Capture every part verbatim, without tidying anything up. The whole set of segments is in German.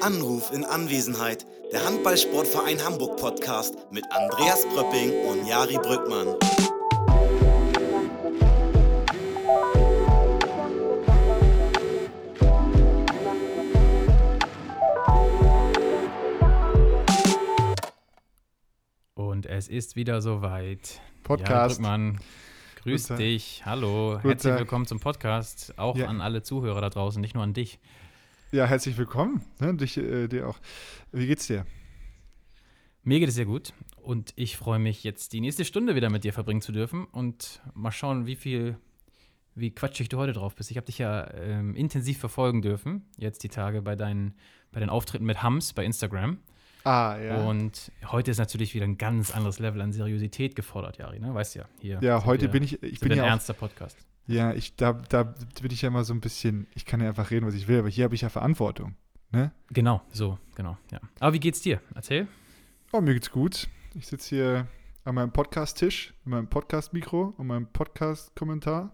Anruf in Anwesenheit. Der Handballsportverein Hamburg Podcast mit Andreas Pröpping und Jari Brückmann. Und es ist wieder soweit. Podcast. Jari Brückmann, grüß Guten dich. Hallo, Guten herzlich Tag. willkommen zum Podcast. Auch Ja. an alle Zuhörer da draußen, nicht nur an dich. Ja, herzlich willkommen. Ne, dich, äh, dir auch. Wie geht's dir? Mir geht es sehr gut und ich freue mich jetzt die nächste Stunde wieder mit dir verbringen zu dürfen und mal schauen, wie viel, wie quatschig du heute drauf bist. Ich habe dich ja ähm, intensiv verfolgen dürfen, jetzt die Tage bei deinen, bei den Auftritten mit Hams bei Instagram. Ah, ja. Und heute ist natürlich wieder ein ganz anderes Level an Seriosität gefordert, Jari, ne? Weißt du ja. Hier ja, sind heute wir, bin ich, ich sind bin wir ein ja auch, ernster Podcast. ja, ich, da, da bin ich ja immer so ein bisschen, ich kann ja einfach reden, was ich will, aber hier habe ich ja Verantwortung. Ne? Genau, so, genau, ja. Aber wie geht's dir? Erzähl. Oh, mir geht's gut. Ich sitze hier an meinem Podcast-Tisch, mit meinem Podcast-Mikro und meinem Podcast-Kommentar.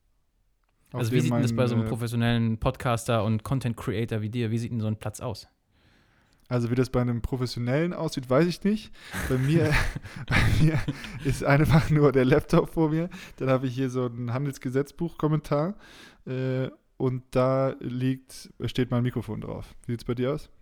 auf Also wie dem sieht denn das mein, bei so einem äh, professionellen Podcaster und Content-Creator wie dir, wie sieht denn so ein Platz aus? Also wie das bei einem Professionellen aussieht, weiß ich nicht. Bei mir, bei mir ist einfach nur der Laptop vor mir. Dann habe ich hier so ein Handelsgesetzbuch-Kommentar äh, und da liegt, steht mein Mikrofon drauf. Wie sieht es bei dir aus?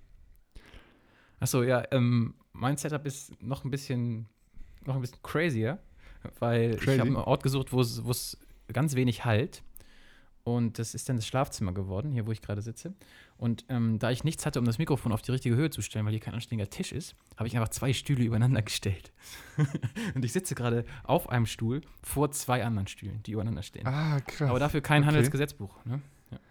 Achso, ja, ähm, mein Setup ist noch ein bisschen, noch ein bisschen crazier, weil Crazy? ich habe einen Ort gesucht, wo es, wo es ganz wenig halt. Und das ist dann das Schlafzimmer geworden, hier wo ich gerade sitze. Und ähm, da ich nichts hatte, um das Mikrofon auf die richtige Höhe zu stellen, weil hier kein anständiger Tisch ist, habe ich einfach zwei Stühle übereinander gestellt. Und ich sitze gerade auf einem Stuhl vor zwei anderen Stühlen, die übereinander stehen. Ah, krass. Aber dafür kein Okay. Handelsgesetzbuch. Ne?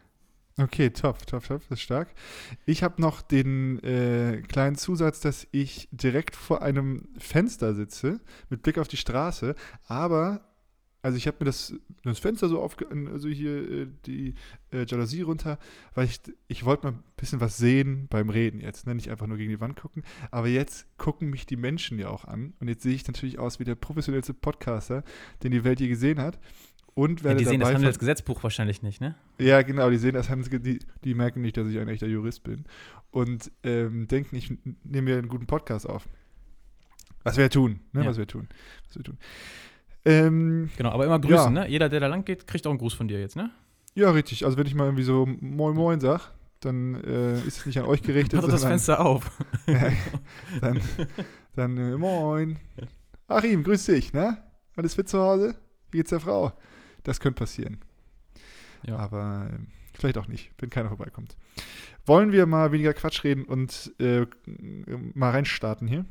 Okay, top, top, top, das ist stark. Ich habe noch den äh, kleinen Zusatz, dass ich direkt vor einem Fenster sitze, mit Blick auf die Straße, aber, also ich habe mir das, das Fenster so aufge... also hier äh, die äh, Jalousie runter, weil ich, ich wollte mal ein bisschen was sehen beim Reden jetzt, ne? Nicht einfach nur gegen die Wand gucken, aber jetzt gucken mich die Menschen ja auch an und jetzt sehe ich natürlich aus wie der professionellste Podcaster, den die Welt je gesehen hat. Und Ja, werde die sehen das dabei von- Handelsgesetzbuch wahrscheinlich nicht, ne? ja, genau, die sehen das, die, die merken nicht, dass ich ein echter Jurist bin und ähm, denken, ich n- nehme mir einen guten Podcast auf. Was wir tun, ne? Ja. Was wir tun. Was wir tun. Ähm, Genau, aber immer grüßen, Ja. ne? Jeder, der da lang geht, kriegt auch einen Gruß von dir jetzt, ne? ja, richtig. Also wenn ich mal irgendwie so Moin Moin sag, dann äh, ist es nicht an euch gerichtet, Mach doch das sondern Fenster auf. ja, dann, dann äh, Moin. Achim, grüß dich, ne? Alles fit zu Hause? Wie geht's der Frau? Das könnte passieren. Ja. Aber äh, vielleicht auch nicht, wenn keiner vorbeikommt. Wollen wir mal weniger Quatsch reden und äh, mal reinstarten hier?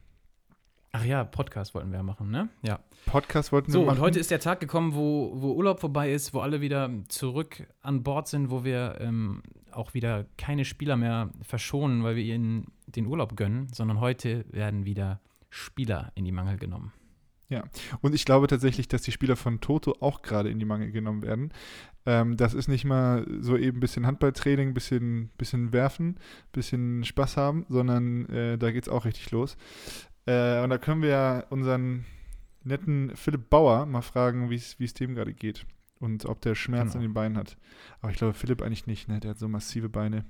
Ach ja, Podcast wollten wir ja machen, ne? Ja. Podcast wollten So, wir machen. und heute ist der Tag gekommen, wo, wo Urlaub vorbei ist, wo alle wieder zurück an Bord sind, wo wir ähm, auch wieder keine Spieler mehr verschonen, weil wir ihnen den Urlaub gönnen, sondern heute werden wieder Spieler in die Mangel genommen. Und ich glaube tatsächlich, dass die Spieler von Toto auch gerade in die Mangel genommen werden. Ähm, das ist nicht mal so eben ein bisschen Handballtraining, ein bisschen, bisschen werfen, ein bisschen Spaß haben, sondern äh, da geht's auch richtig los. Äh, und da können wir ja unseren netten Philipp Bauer mal fragen, wie es dem gerade geht und ob der Schmerz Genau. in den Beinen hat. Aber ich glaube, Philipp eigentlich nicht, ne? Der hat so massive Beine.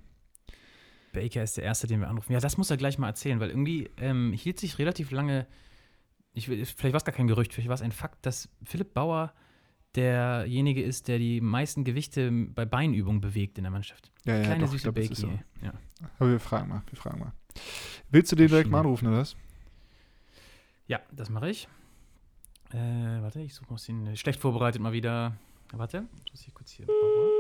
Baker ist der Erste, den wir anrufen. Ja, das muss er gleich mal erzählen, weil irgendwie ähm, hielt sich relativ lange, ich, will- vielleicht war es gar kein Gerücht, vielleicht war es ein Fakt, dass Philipp Bauer derjenige ist, der die meisten Gewichte bei Beinübungen bewegt in der Mannschaft. Ja, ja, Kleine doch, ich süße glaub, das ist Bakey. so. Ja. Aber wir fragen mal, wir fragen mal. Willst du den direkt mal Maschine. anrufen, oder was? Ja, das mache ich. Äh, warte, ich suche mal den. Schlecht vorbereitet mal wieder. Warte, muss ich kurz hier. Bauer.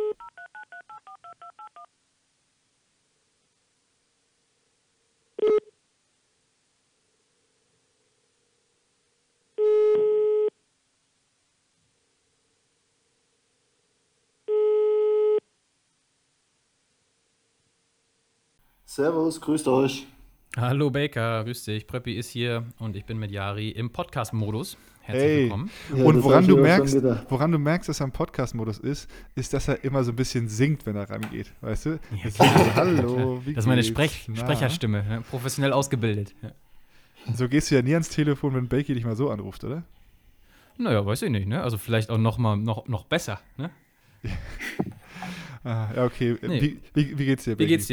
Servus, grüßt euch. Hallo Baker, grüß dich. Preppi ist hier und ich bin mit Jari im Podcast-Modus. Herzlich Hey. willkommen. Ja, Und das woran hab ich du, mir merkst, schon gedacht. woran du merkst, dass er im Podcast-Modus ist, ist, dass er immer so ein bisschen singt, wenn er rangeht, weißt du? Ja, Das klar. ist so, hallo, wie Das ist meine geht's? Sprech Na? Sprecherstimme, ne? Professionell ausgebildet. Ja. So gehst du ja nie ans Telefon, wenn Bakey dich mal so anruft, oder? Naja, weiß ich nicht, ne? Also vielleicht auch noch mal noch, noch besser, ne? Ah, ja, okay. Nee. Wie, wie, wie geht's dir, Wie Bakey? geht's dir?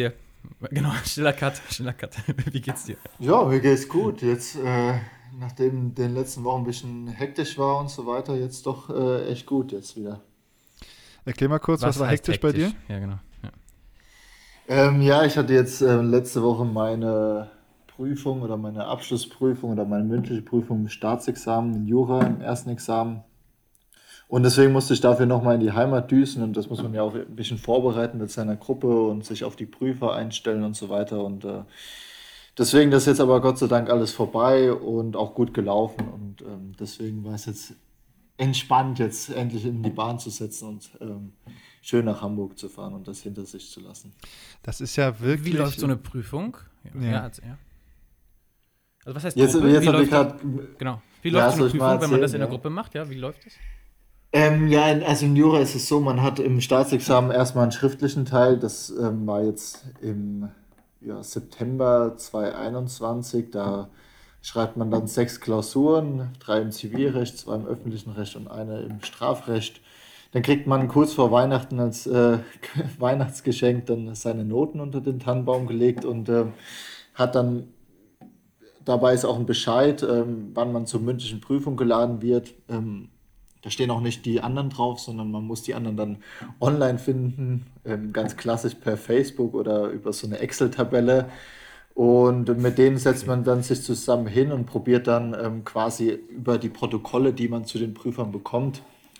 Genau, schneller Cut, schneller Cut. Wie geht's dir? Ja, mir geht's gut. Jetzt, äh, nachdem den letzten Wochen ein bisschen hektisch war und so weiter, jetzt doch äh, echt gut jetzt wieder. Erklär mal kurz, was, was war heißt hektisch, bei dir? Ja, genau. Ja. Ähm, ja, ich hatte jetzt äh, letzte Woche meine Prüfung oder meine Abschlussprüfung oder meine mündliche Prüfung im Staatsexamen in Jura, im ersten Examen. Und deswegen musste ich dafür nochmal in die Heimat düsen und das muss man ja auch ein bisschen vorbereiten mit seiner Gruppe und sich auf die Prüfer einstellen und so weiter. Und äh, deswegen das ist jetzt aber Gott sei Dank alles vorbei und auch gut gelaufen. Und ähm, deswegen war es jetzt entspannt, jetzt endlich in die Bahn zu setzen und ähm, schön nach Hamburg zu fahren und das hinter sich zu lassen. Das ist ja wirklich... Wie läuft so eine Prüfung? Ja. Ja. Ja, also, ja. Also was heißt Jetzt, Gruppe? jetzt Wie habe ich läuft, gerade... genau. Wie Ja, läuft so soll eine ich mal Prüfung, wenn man das in erzählen, der ja? Gruppe macht? Ja, wie läuft das? Ähm, ja, in- also im Jura ist es so, man hat im Staatsexamen erstmal einen schriftlichen Teil, das ähm, war jetzt im ja, September zweitausendeinundzwanzig, da schreibt man dann sechs Klausuren, drei im Zivilrecht, zwei im öffentlichen Recht und eine im Strafrecht. Dann kriegt man kurz vor Weihnachten als äh, Weihnachtsgeschenk dann seine Noten unter den Tannenbaum gelegt und ähm, hat dann, dabei ist auch ein Bescheid, ähm, wann man zur mündlichen Prüfung geladen wird. Ähm, Da stehen auch nicht die anderen drauf, sondern man muss die anderen dann online finden, ähm, ganz klassisch per Facebook oder über so eine Excel-Tabelle. Und mit denen setzt man dann sich zusammen hin und probiert dann ähm, quasi über die Protokolle, die man zu den Prüfern bekommt,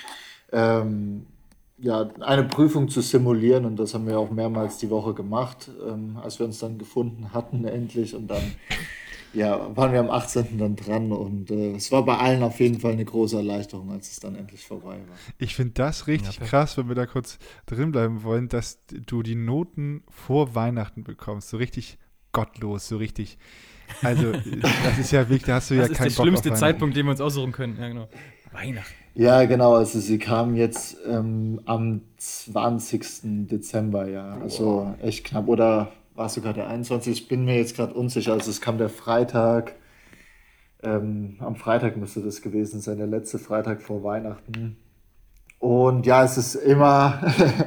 ähm, ja, eine Prüfung zu simulieren. Und das haben wir auch mehrmals die Woche gemacht, ähm, als wir uns dann gefunden hatten endlich. Und dann ja, waren wir am achtzehnten dann dran und äh, es war bei allen auf jeden Fall eine große Erleichterung, als es dann endlich vorbei war. Ich finde das richtig Ja, krass, wenn wir da kurz drin bleiben wollen, dass du die Noten vor Weihnachten bekommst. So richtig gottlos, so richtig. Also, das ist ja wirklich, da hast du ja Das ist keinen der Bock schlimmste auf Weihnachten. Zeitpunkt, den wir uns aussuchen können. Ja, genau. Weihnachten. Ja, genau, also sie kam jetzt ähm, am zwanzigsten Dezember, ja, also echt knapp, oder war es sogar der einundzwanzigste? Ich bin mir jetzt gerade unsicher, also es kam der Freitag, ähm, am Freitag müsste das gewesen sein, der letzte Freitag vor Weihnachten. Und ja, es ist immer,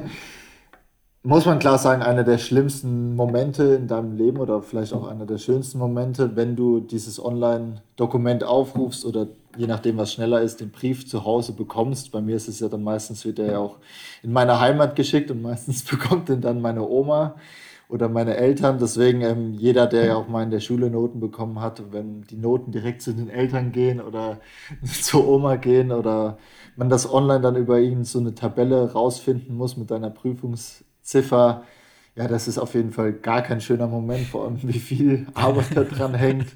muss man klar sagen, einer der schlimmsten Momente in deinem Leben oder vielleicht auch einer der schönsten Momente, wenn du dieses Online-Dokument aufrufst oder je nachdem, was schneller ist, den Brief zu Hause bekommst. Bei mir ist es ja dann meistens, wird der ja auch in meine Heimat geschickt und meistens bekommt den dann meine Oma oder meine Eltern. Deswegen ähm, jeder, der ja auch mal in der Schule Noten bekommen hat, wenn die Noten direkt zu den Eltern gehen oder zur Oma gehen oder man das online dann über ihn so eine Tabelle rausfinden muss mit deiner Prüfungsziffer, ja, das ist auf jeden Fall gar kein schöner Moment, vor allem wie viel Arbeit da dran hängt.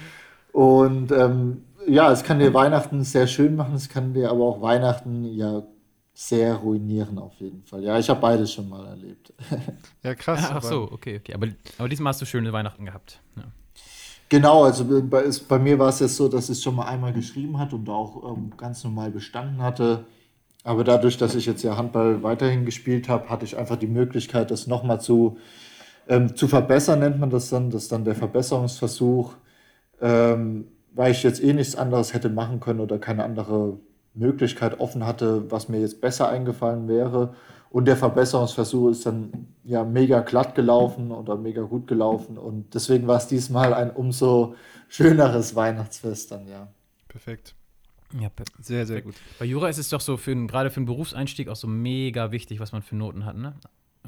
Und ähm, ja, es kann dir Weihnachten sehr schön machen, es kann dir aber auch Weihnachten ja sehr ruinieren auf jeden Fall. Ja, ich habe beides schon mal erlebt. Ja, krass. Ach aber- so, okay, okay. Aber, aber diesmal hast du schöne Weihnachten gehabt. Ja. Genau, also bei, es- bei mir war es jetzt so, dass ich es schon mal einmal geschrieben hatte und auch ähm, ganz normal bestanden hatte. Aber dadurch, dass ich jetzt ja Handball weiterhin gespielt habe, hatte ich einfach die Möglichkeit, das nochmal zu, ähm, zu verbessern, nennt man das dann. Das ist dann der Verbesserungsversuch, ähm, weil ich jetzt eh nichts anderes hätte machen können oder keine andere Möglichkeit offen hatte, was mir jetzt besser eingefallen wäre. Und der Verbesserungsversuch ist dann ja mega glatt gelaufen oder mega gut gelaufen. Und deswegen war es diesmal ein umso schöneres Weihnachtsfest dann, ja. Perfekt. Ja, per- Sehr, sehr gut. Bei Jura ist es doch so, für einen- gerade für einen Berufseinstieg auch so mega wichtig, was man für Noten hat, ne?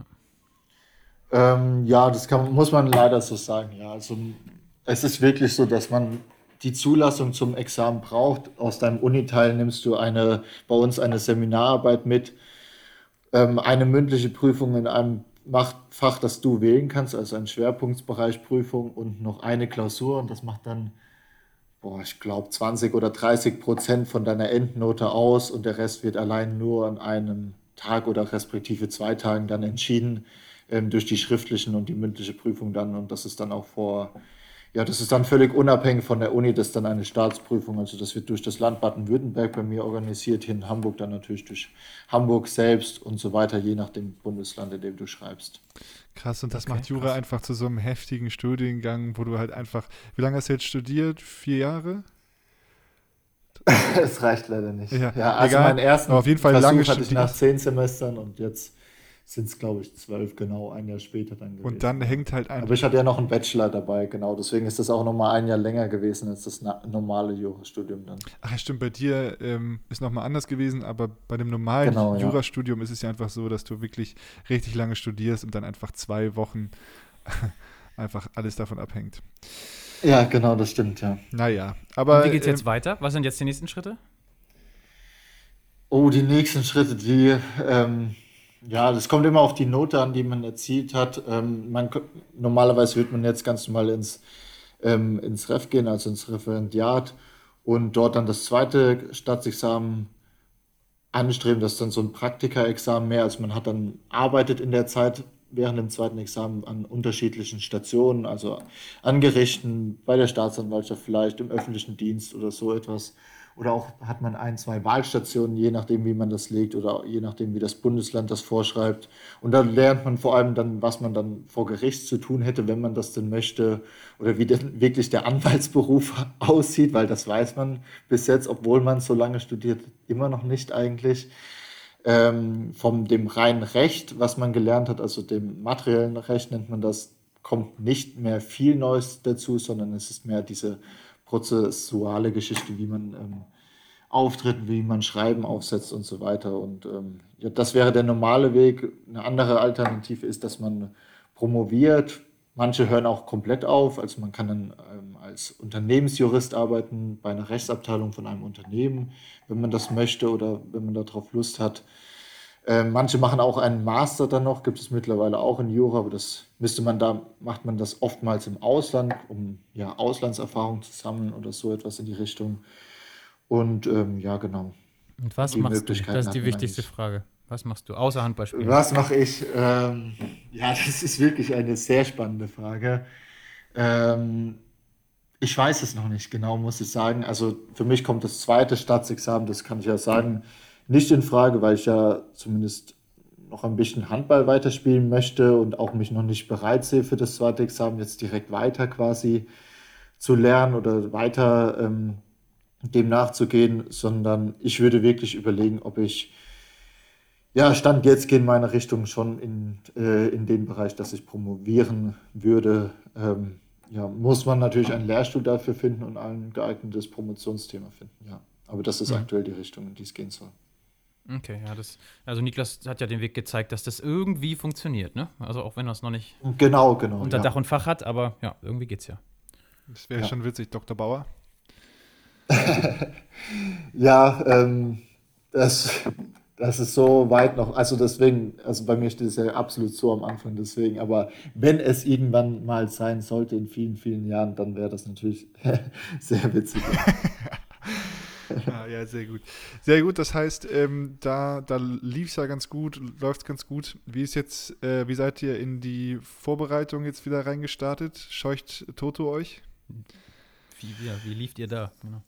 Ähm, ja, das kann, muss man leider so sagen, ja. Also es ist wirklich so, dass man die Zulassung zum Examen braucht. Aus deinem Uniteil nimmst du eine, bei uns eine Seminararbeit mit, ähm, eine mündliche Prüfung in einem Mach- Fach, das du wählen kannst, also ein Schwerpunktbereich Prüfung und noch eine Klausur und das macht dann, boah, ich glaube zwanzig oder dreißig Prozent von deiner Endnote aus und der Rest wird allein nur an einem Tag oder respektive zwei Tagen dann entschieden, ähm, durch die schriftlichen und die mündliche Prüfung dann und das ist dann auch vor, ja, das ist dann völlig unabhängig von der Uni, das ist dann eine Staatsprüfung, also das wird durch das Land Baden-Württemberg bei mir organisiert, hier in Hamburg dann natürlich durch Hamburg selbst und so weiter, je nach dem Bundesland, in dem du schreibst. Krass, und das Okay, macht Jura krass. einfach zu so einem heftigen Studiengang, wo du halt einfach, wie lange hast du jetzt studiert? Vier Jahre? Es reicht leider nicht. Ja, Ja, also egal. meinen ersten Aber auf jeden Fall Versuch lange hatte ich studiert. nach zehn Semestern und jetzt sind es, glaube ich, zwölf, genau, ein Jahr später dann gewesen. Und dann hängt halt Aber einfach. ich hatte ja noch einen Bachelor dabei, genau. Deswegen ist das auch nochmal ein Jahr länger gewesen als das na- normale Jurastudium dann. Ach ja, stimmt, bei dir ähm, ist nochmal anders gewesen, aber bei dem normalen Genau, ja. Jurastudium ist es ja einfach so, dass du wirklich richtig lange studierst und dann einfach zwei Wochen einfach alles davon abhängt. Ja, genau, das stimmt, ja. Naja, aber. Und wie geht's ähm, jetzt weiter? Was sind jetzt die nächsten Schritte? Oh, die nächsten Schritte, die, ähm, ja, das kommt immer auf die Note an, die man erzielt hat. Ähm, man, ko- normalerweise wird man jetzt ganz normal ins, ähm, ins Ref gehen, also ins Referendariat und dort dann das zweite Staatsexamen anstreben. Das ist dann so ein Praktikaexamen mehr, als man hat dann arbeitet in der Zeit während dem zweiten Examen an unterschiedlichen Stationen, also an Gerichten, bei der Staatsanwaltschaft vielleicht, im öffentlichen Dienst oder so etwas. Oder auch hat man ein, zwei Wahlstationen, je nachdem, wie man das legt oder je nachdem, wie das Bundesland das vorschreibt. Und da lernt man vor allem dann, was man dann vor Gericht zu tun hätte, wenn man das denn möchte, oder wie denn wirklich der Anwaltsberuf aussieht, weil das weiß man bis jetzt, obwohl man so lange studiert, immer noch nicht eigentlich. Ähm, vom dem reinen Recht, was man gelernt hat, also dem materiellen Recht nennt man das, kommt nicht mehr viel Neues dazu, sondern es ist mehr diese prozessuale Geschichte, wie man ähm, auftritt, wie man Schreiben aufsetzt und so weiter. Und ähm, ja, das wäre der normale Weg. Eine andere Alternative ist, dass man promoviert. Manche hören auch komplett auf. Also man kann dann ähm, als Unternehmensjurist arbeiten bei einer Rechtsabteilung von einem Unternehmen, wenn man das möchte oder wenn man darauf Lust hat. Ähm, manche machen auch einen Master dann noch, gibt es mittlerweile auch in Jura, aber das müsste man da, macht man das oftmals im Ausland, um ja Auslandserfahrung zu sammeln oder so etwas in die Richtung. Und ähm, ja, genau. Und was Die machst du? Möglichkeiten Das ist hat die man wichtigste eigentlich. Frage. Was machst du außer Handball spielen? Was mache ich? Ähm, ja, das ist wirklich eine sehr spannende Frage. Ähm, ich weiß es noch nicht genau, muss ich sagen. Also für mich kommt das zweite Staatsexamen, das kann ich ja sagen, nicht in Frage, weil ich ja zumindest noch ein bisschen Handball weiterspielen möchte und auch mich noch nicht bereit sehe für das zweite Examen jetzt direkt weiter quasi zu lernen oder weiter ähm, dem nachzugehen, sondern ich würde wirklich überlegen, ob ich, ja, Stand jetzt geht meine Richtung schon in, äh, in den Bereich, dass ich promovieren würde. Ähm, ja, muss man natürlich einen Lehrstuhl dafür finden und ein geeignetes Promotionsthema finden, ja. Aber das ist Mhm. aktuell die Richtung, in die es gehen soll. Okay, ja, das. Also Niklas hat ja den Weg gezeigt, dass das irgendwie funktioniert, ne? Also auch wenn er es noch nicht Genau, genau. unter ja. Dach und Fach hat, aber ja, irgendwie geht's ja. Das wäre Ja. schon witzig, Doktor Bauer. Ja, ähm, das, das ist so weit noch, also deswegen, also bei mir steht es ja absolut so am Anfang, deswegen, aber wenn es irgendwann mal sein sollte in vielen, vielen Jahren, dann wäre das natürlich sehr witzig. Ah, ja, sehr gut. Sehr gut, das heißt, ähm, da, da lief es ja ganz gut, läuft es ganz gut. Wie ist jetzt, äh, wie seid ihr in die Vorbereitung jetzt wieder reingestartet? Scheucht Toto euch? Wie, ja, wie lieft ihr da? Genau.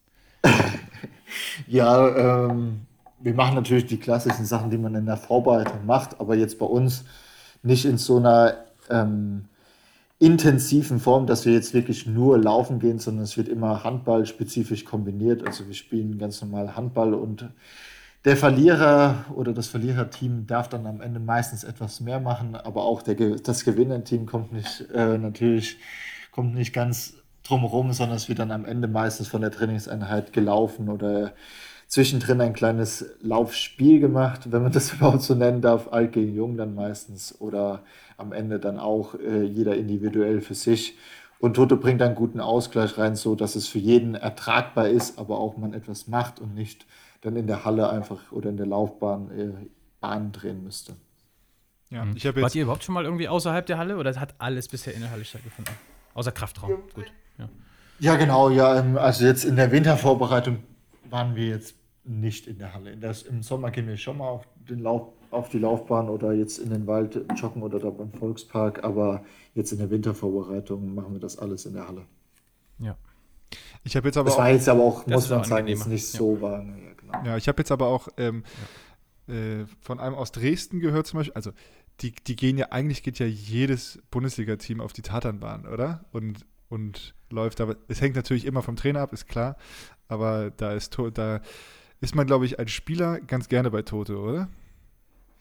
Ja, ähm, wir machen natürlich die klassischen Sachen, die man in der Vorbereitung macht, aber jetzt bei uns nicht in so einer ähm, intensiven Form, dass wir jetzt wirklich nur laufen gehen, sondern es wird immer handballspezifisch kombiniert. Also wir spielen ganz normal Handball und der Verlierer oder das Verliererteam darf dann am Ende meistens etwas mehr machen, aber auch der, Ge- das Gewinnerteam kommt nicht äh, natürlich kommt nicht ganz drumherum, sondern es wird dann am Ende meistens von der Trainingseinheit gelaufen oder zwischendrin ein kleines Laufspiel gemacht, wenn man das überhaupt so nennen darf, alt gegen jung dann meistens oder am Ende dann auch äh, jeder individuell für sich. Und Toto bringt einen guten Ausgleich rein, so dass es für jeden ertragbar ist, aber auch man etwas macht und nicht dann in der Halle einfach oder in der Laufbahn äh, Bahnen drehen müsste. Ja, Mhm. ich habe Wart jetzt. ihr überhaupt schon mal irgendwie außerhalb der Halle oder hat alles bisher in der Halle stattgefunden? Außer Kraftraum. Gut. Ja. Ja, genau, ja, ähm, also jetzt in der Wintervorbereitung waren wir jetzt nicht in der Halle. In das, Im Sommer gehen wir schon mal auf, den Lauf, auf die Laufbahn oder jetzt in den Wald joggen oder da beim Volkspark, aber jetzt in der Wintervorbereitung machen wir das alles in der Halle. Ja. Ich habe jetzt aber Das war auch. jetzt aber auch, Das muss ist man auch sagen, jetzt angenehmer. nicht Ja. so war. Ja, genau. Ja, ich habe jetzt aber auch ähm, äh, von einem aus Dresden gehört zum Beispiel. Also die, die gehen ja, eigentlich geht ja jedes Bundesliga-Team auf die Tatanbahn, oder? Und, und läuft, aber es hängt natürlich immer vom Trainer ab, ist klar. Aber da ist, To- da ist man, glaube ich, als Spieler ganz gerne bei Toto, oder?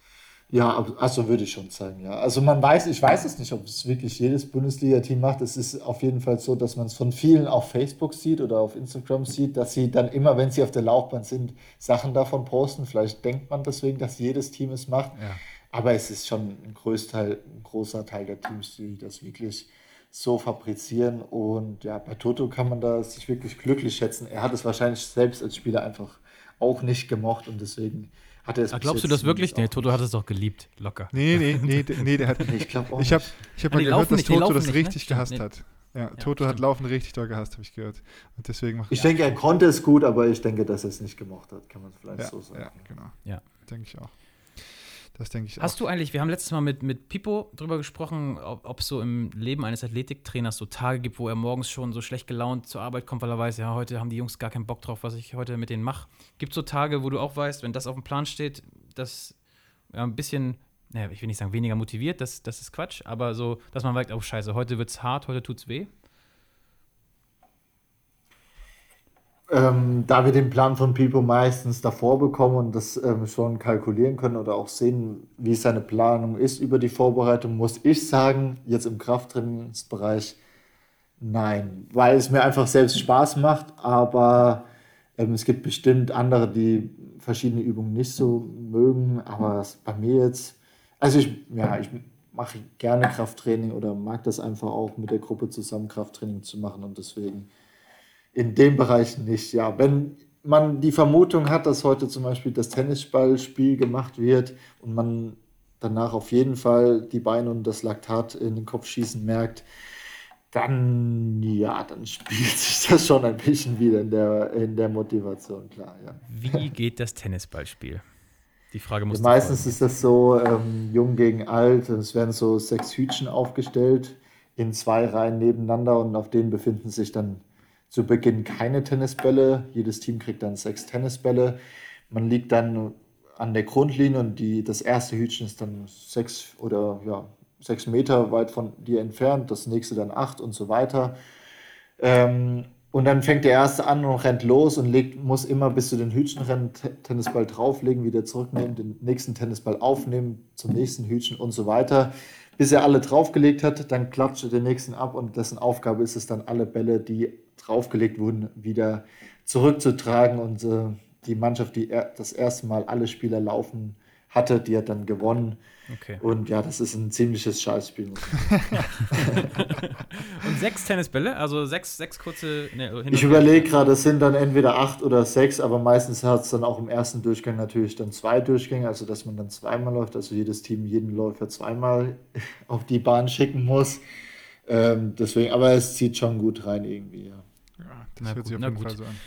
Ja, also würde ich schon sagen, ja. Also man weiß, ich weiß es nicht, ob es wirklich jedes Bundesliga-Team macht. Es ist auf jeden Fall so, dass man es von vielen auf Facebook sieht oder auf Instagram sieht, dass sie dann immer, wenn sie auf der Laufbahn sind, Sachen davon posten. Vielleicht denkt man deswegen, dass jedes Team es macht. Ja. Aber es ist schon ein, Größteil, ein großer Teil der Teams, die das wirklich so fabrizieren. Und ja, bei Toto kann man da sich wirklich glücklich schätzen. Er hat es wahrscheinlich selbst als Spieler einfach auch nicht gemocht und deswegen hat er es. Ach, glaubst du das wirklich? Nee, Toto hat es doch geliebt, locker. Nee, nee, nee, d- nee, der hat. Ich glaube auch Ich habe nicht. ich hab Ah, mal die gehört, laufen dass nicht, die Toto laufen das nicht, ne? richtig Stimmt, gehasst nee. hat. Ja, Ja, Toto hat stimmt. Laufen richtig doll gehasst, habe ich gehört. Und deswegen macht Ich denke, er konnte es gut, aber ich denke, dass er es nicht gemocht hat, kann man vielleicht ja, so sagen. ja, genau. Ja. Denke ich auch. Das denke ich Hast auch. du eigentlich, wir haben letztes Mal mit, mit Pipo drüber gesprochen, ob es so im Leben eines Athletiktrainers so Tage gibt, wo er morgens schon so schlecht gelaunt zur Arbeit kommt, weil er weiß, ja, heute haben die Jungs gar keinen Bock drauf, was ich heute mit denen mache. Gibt es so Tage, wo du auch weißt, wenn das auf dem Plan steht, dass ja, ein bisschen, naja, ich will nicht sagen weniger motiviert, das, das ist Quatsch, aber so, dass man merkt, oh scheiße, heute wird's hart, heute tut's weh? Ähm, da wir den Plan von Pipo meistens davor bekommen und das ähm, schon kalkulieren können oder auch sehen, wie seine Planung ist über die Vorbereitung, muss ich sagen, jetzt im Krafttrainingsbereich nein, weil es mir einfach selbst Spaß macht, aber ähm, es gibt bestimmt andere, die verschiedene Übungen nicht so mögen, aber es- bei mir jetzt, also ich, ja, ich mache gerne Krafttraining oder mag das einfach auch mit der Gruppe zusammen Krafttraining zu machen und deswegen in dem Bereich nicht, ja. Wenn man die Vermutung hat, dass heute zum Beispiel das Tennisballspiel gemacht wird und man danach auf jeden Fall die Beine und das Laktat in den Kopf schießen merkt, dann, ja, dann spielt sich das schon ein bisschen wieder in der, in der Motivation, klar, ja. Wie geht das Tennisballspiel? Die Frage muss Ja, meistens ist das so ähm, jung gegen alt. Es werden so sechs Hütchen aufgestellt in zwei Reihen nebeneinander und auf denen befinden sich dann zu Beginn keine Tennisbälle. Jedes Team kriegt dann sechs Tennisbälle. Man liegt dann an der Grundlinie und die, das erste Hütchen ist dann sechs oder ja, sechs Meter weit von dir entfernt, das nächste dann acht und so weiter. Ähm, und dann fängt der erste an und rennt los und legt, muss immer bis zu den Hütchen rennen, Te- Tennisball drauflegen, wieder zurücknehmen, den nächsten Tennisball aufnehmen, zum nächsten Hütchen und so weiter. Bis er alle draufgelegt hat, dann klatscht er den nächsten ab und dessen Aufgabe ist es dann, alle Bälle, die draufgelegt wurden, wieder zurückzutragen. Und äh, die Mannschaft, die er, das erste Mal alle Spieler laufen hatte, die hat dann gewonnen. Okay. Und ja, das ist ein ziemliches Scheißspiel. muss man sagen. Und sechs Tennisbälle, also sechs, sechs kurze. Ne, hin Ich und her. überlege gerade, es sind dann entweder acht oder sechs, aber meistens hat es dann auch im ersten Durchgang natürlich dann zwei Durchgänge, also dass man dann zweimal läuft, also jedes Team jeden Läufer zweimal auf die Bahn schicken muss. Ähm, deswegen, aber es zieht schon gut rein irgendwie, ja. Ja, das Na hört gut, sich auf na jeden gut. Fall so an.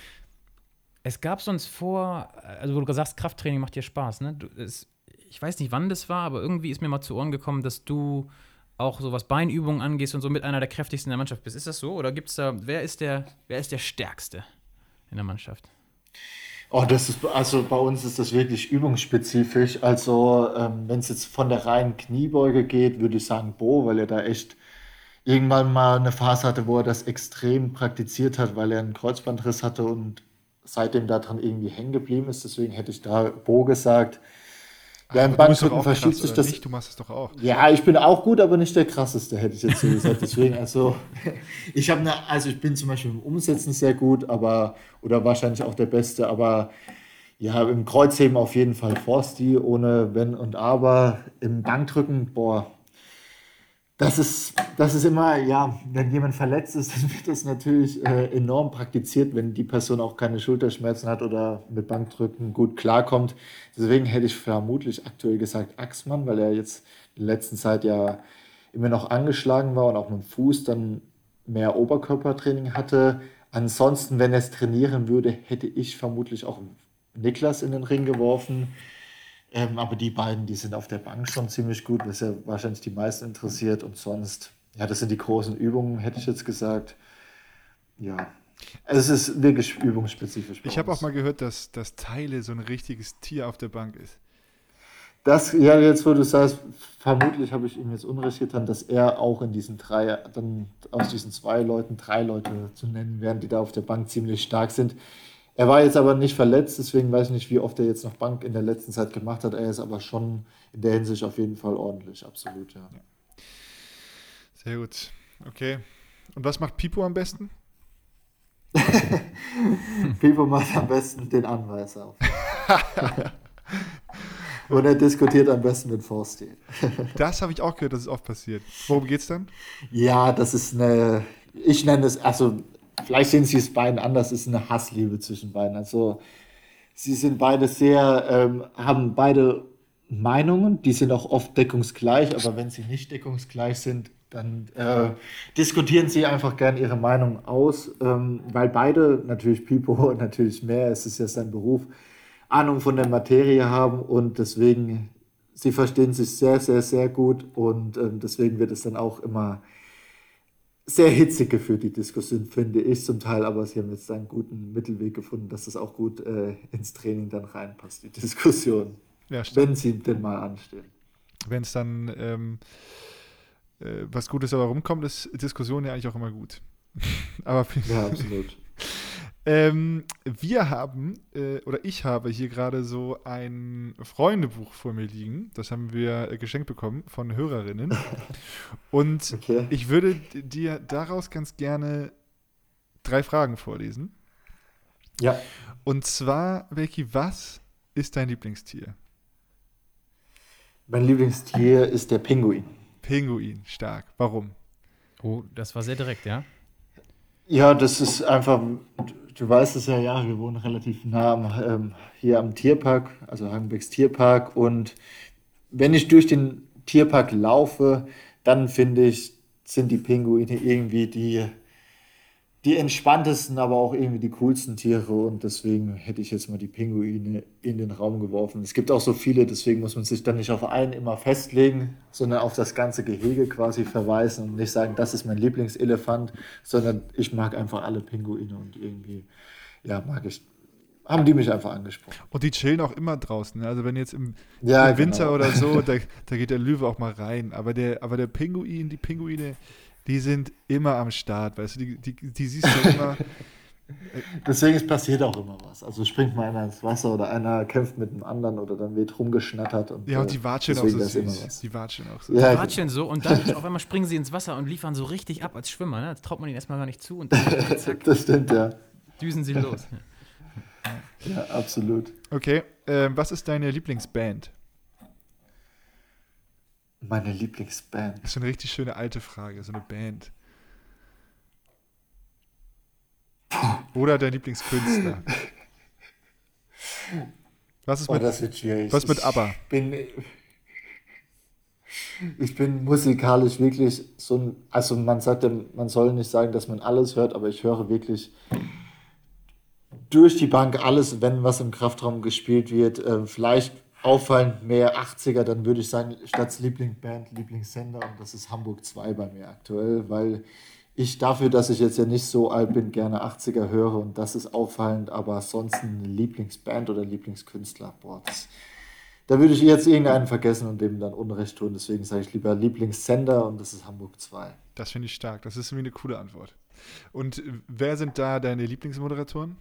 Es gab sonst vor, also wo du sagst, Krafttraining macht dir Spaß, ne? Du, es, ich weiß nicht, wann das war, aber irgendwie ist mir mal zu Ohren gekommen, dass du auch so was Beinübungen angehst und so mit einer der kräftigsten in der Mannschaft bist. Ist das so? Oder gibt's da, wer ist der, wer ist der Stärkste in der Mannschaft? Oh, das ist, also bei uns ist das wirklich übungsspezifisch. Also, ähm, wenn es jetzt von der reinen Kniebeuge geht, würde ich sagen Bo, weil er da echt irgendwann mal eine Phase hatte, wo er das extrem praktiziert hat, weil er einen Kreuzbandriss hatte und seitdem daran irgendwie hängen geblieben ist. Deswegen hätte ich da Bo gesagt. Ja, im Aber du bist doch Bankdrücken auch verschiebt krass, sich oder das. nicht? Du machst es doch auch. Ja, ich bin auch gut, aber nicht der krasseste, hätte ich jetzt so gesagt. Deswegen, also, ich habe eine, also ich bin zum Beispiel im Umsetzen sehr gut, aber, oder wahrscheinlich auch der Beste, aber ja, im Kreuzheben auf jeden Fall Forsti, ohne Wenn und Aber. Im Bankdrücken, boah, das ist, das ist immer, ja, wenn jemand verletzt ist, dann wird das natürlich äh, enorm praktiziert, wenn die Person auch keine Schulterschmerzen hat oder mit Bankdrücken gut klarkommt. Deswegen hätte ich vermutlich aktuell gesagt Axmann, weil er jetzt in der letzten Zeit ja immer noch angeschlagen war und auch mit dem Fuß dann mehr Oberkörpertraining hatte. Ansonsten, wenn er es trainieren würde, hätte ich vermutlich auch Niklas in den Ring geworfen. Ähm, aber die beiden, die sind auf der Bank schon ziemlich gut, was ja wahrscheinlich die meisten interessiert. Und sonst, ja, das sind die großen Übungen, hätte ich jetzt gesagt. Ja, also es ist wirklich übungsspezifisch bei Ich habe uns. auch mal gehört, dass, dass Teile so ein richtiges Tier auf der Bank ist. Das, ja, jetzt wo du sagst, vermutlich habe ich ihm jetzt Unrecht getan, dass er auch in diesen drei, dann aus diesen zwei Leuten drei Leute zu nennen wären, die da auf der Bank ziemlich stark sind. Er war jetzt aber nicht verletzt, deswegen weiß ich nicht, wie oft er jetzt noch Bank in der letzten Zeit gemacht hat. Er ist aber schon in der Hinsicht auf jeden Fall ordentlich, absolut, ja. Sehr gut. Okay. Und was macht Pipo am besten? Pipo macht am besten den Anweiser auf. Und er diskutiert am besten mit Forsti. Das habe ich auch gehört, dass es oft passiert. Worum geht's dann? Ja, das ist eine, ich nenne es, also vielleicht sehen sie es beiden anders, es ist eine Hassliebe zwischen beiden. Also sie sind beide sehr, ähm, haben beide Meinungen, die sind auch oft deckungsgleich, aber wenn sie nicht deckungsgleich sind, dann äh, diskutieren sie einfach gern ihre Meinung aus, ähm, weil beide, natürlich Pipo natürlich mehr, es ist ja sein Beruf, Ahnung von der Materie haben und deswegen, sie verstehen sich sehr, sehr, sehr gut und ähm, deswegen wird es dann auch immer sehr hitzig geführt, die Diskussion, finde ich zum Teil, aber sie haben jetzt einen guten Mittelweg gefunden, dass das auch gut äh, ins Training dann reinpasst, die Diskussion, Ja, stimmt. wenn sie denn mal anstehen. Wenn es dann ähm, äh, was Gutes dabei rumkommt, ist Diskussion ja eigentlich auch immer gut. Aber Ja, absolut. ähm, wir haben, äh, oder ich habe hier gerade so ein Freundebuch vor mir liegen. Das haben wir äh, geschenkt bekommen von Hörerinnen. Und Okay. ich würde d- dir daraus ganz gerne drei Fragen vorlesen. Ja, Und zwar, Becky, was ist dein Lieblingstier? mein Lieblingstier ist der Pinguin. Pinguin, stark. Warum? Oh, das war sehr direkt, ja? Ja, das ist einfach, du, du weißt es ja, ja, wir wohnen relativ nah am, ähm, hier am Tierpark, also Hagenbecks Tierpark. Und wenn ich durch den Tierpark laufe, dann finde ich, sind die Pinguine irgendwie die, die entspanntesten, aber auch irgendwie die coolsten Tiere. Und deswegen hätte ich jetzt mal die Pinguine in den Raum geworfen. Es gibt auch so viele, deswegen muss man sich dann nicht auf einen immer festlegen, sondern auf das ganze Gehege quasi verweisen und nicht sagen, das ist mein Lieblingselefant, sondern ich mag einfach alle Pinguine und irgendwie, ja, mag ich, haben die mich einfach angesprochen. Und die chillen auch immer draußen. Ne? Also wenn jetzt im, Ja, im Winter genau. oder so, da, da geht der Löwe auch mal rein. Aber der, aber der Pinguin, die Pinguine, die sind immer am Start, weißt du, die, die, die siehst du immer. Deswegen es passiert auch immer was. Also springt mal einer ins Wasser oder einer kämpft mit dem anderen oder dann wird rumgeschnattert. Und, Ja, und äh, die watscheln auch deswegen so da ist immer süß. was. Die watscheln auch so. Ja, Die watscheln so und dann auf einmal springen sie ins Wasser und liefern so richtig ab als Schwimmer. Ne? Das traut man ihnen erstmal gar nicht zu und dann zack, das stimmt, ja. düsen sie los. Ja, absolut. Okay, ähm, was ist deine Lieblingsband? Meine Lieblingsband. Das ist eine richtig schöne alte Frage, so eine Band. Oder dein Lieblingskünstler? Was ist Oh, mit, das wird schwierig. was mit ABBA? Ich bin, ich bin musikalisch wirklich so ein, also man sagt ja, man soll nicht sagen, dass man alles hört, aber ich höre wirklich durch die Bank alles, wenn was im Kraftraum gespielt wird. Äh, vielleicht auffallend mehr achtziger, dann würde ich sagen, statt Lieblingsband, Lieblingssender und das ist Hamburg zwei bei mir aktuell, weil ich dafür, dass ich jetzt ja nicht so alt bin, gerne achtziger höre und das ist auffallend, aber sonst eine Lieblingsband oder Lieblingskünstler, boah, das, da würde ich jetzt irgendeinen vergessen und dem dann Unrecht tun, deswegen sage ich lieber Lieblingssender und das ist Hamburg zwei. Das finde ich stark. Das ist irgendwie eine coole Antwort. Und äh, wer sind da deine Lieblingsmoderatoren?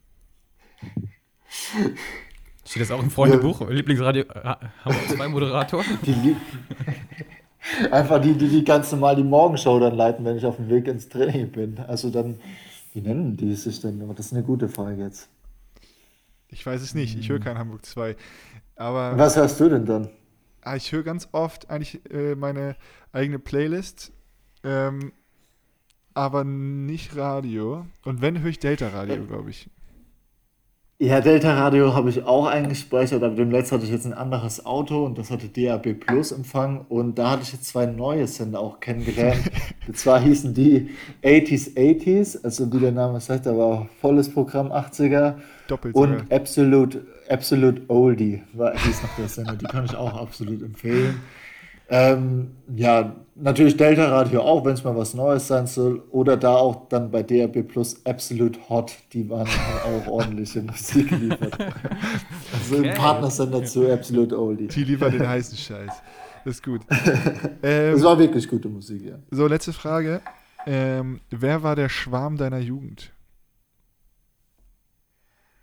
Steht das auch im Freundebuch? Lieblingsradio äh, Hamburg zwei Moderator? Die Lieb Einfach die, die die ganz normal die Morgenshow dann leiten, wenn ich auf dem Weg ins Training bin. Also dann, wie nennen die sich denn? Aber das ist eine gute Frage jetzt. Ich weiß es nicht. Ich höre kein Hamburg zwei. Aber Was hörst du denn dann? ah, ich höre ganz oft eigentlich äh, meine eigene Playlist, ähm, aber nicht Radio. Und wenn, höre ich Delta Radio, glaube ich. Ja, Delta Radio habe ich auch eingespeichert, aber dem letzten hatte ich jetzt ein anderes Auto und das hatte D A B Plus Empfang und da hatte ich jetzt zwei neue Sender auch kennengelernt. Und zwar hießen die achtziger achtziger, also wie der Name sagt, aber volles Programm achtziger Doppelt sogar. und Absolute, Absolute Oldie war, hieß noch der Sender, die kann ich auch absolut empfehlen. Ähm, ja, natürlich Delta Radio auch, wenn es mal was Neues sein soll. Oder da auch dann bei D A B Plus Absolute Hot, die waren auch ordentliche Musik geliefert. Also Okay. ein Partnersender zu Absolute Oldie. Die lieber den heißen Scheiß. Das ist gut. Das Ähm, war wirklich gute Musik, ja. so, letzte Frage. Ähm, wer war der Schwarm deiner Jugend?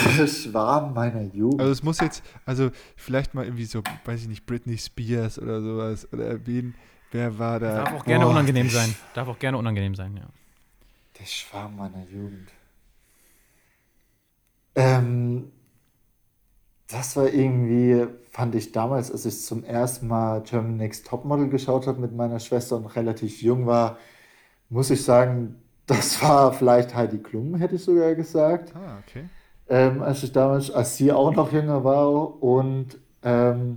Der Schwarm meiner Jugend. Also es muss jetzt, also vielleicht mal irgendwie so, weiß ich nicht, Britney Spears oder sowas. Oder wen, wer war da? Darf auch gerne Boah, unangenehm das- sein. Darf auch gerne unangenehm sein, ja. Der Schwarm meiner Jugend. Ähm, das war irgendwie, fand ich damals, als ich zum ersten Mal German Next Topmodel geschaut habe mit meiner Schwester und relativ jung war, muss ich sagen, das war vielleicht Heidi Klum, hätte ich sogar gesagt. Ah, okay. Ähm, als ich damals, als sie auch noch jünger war und ähm,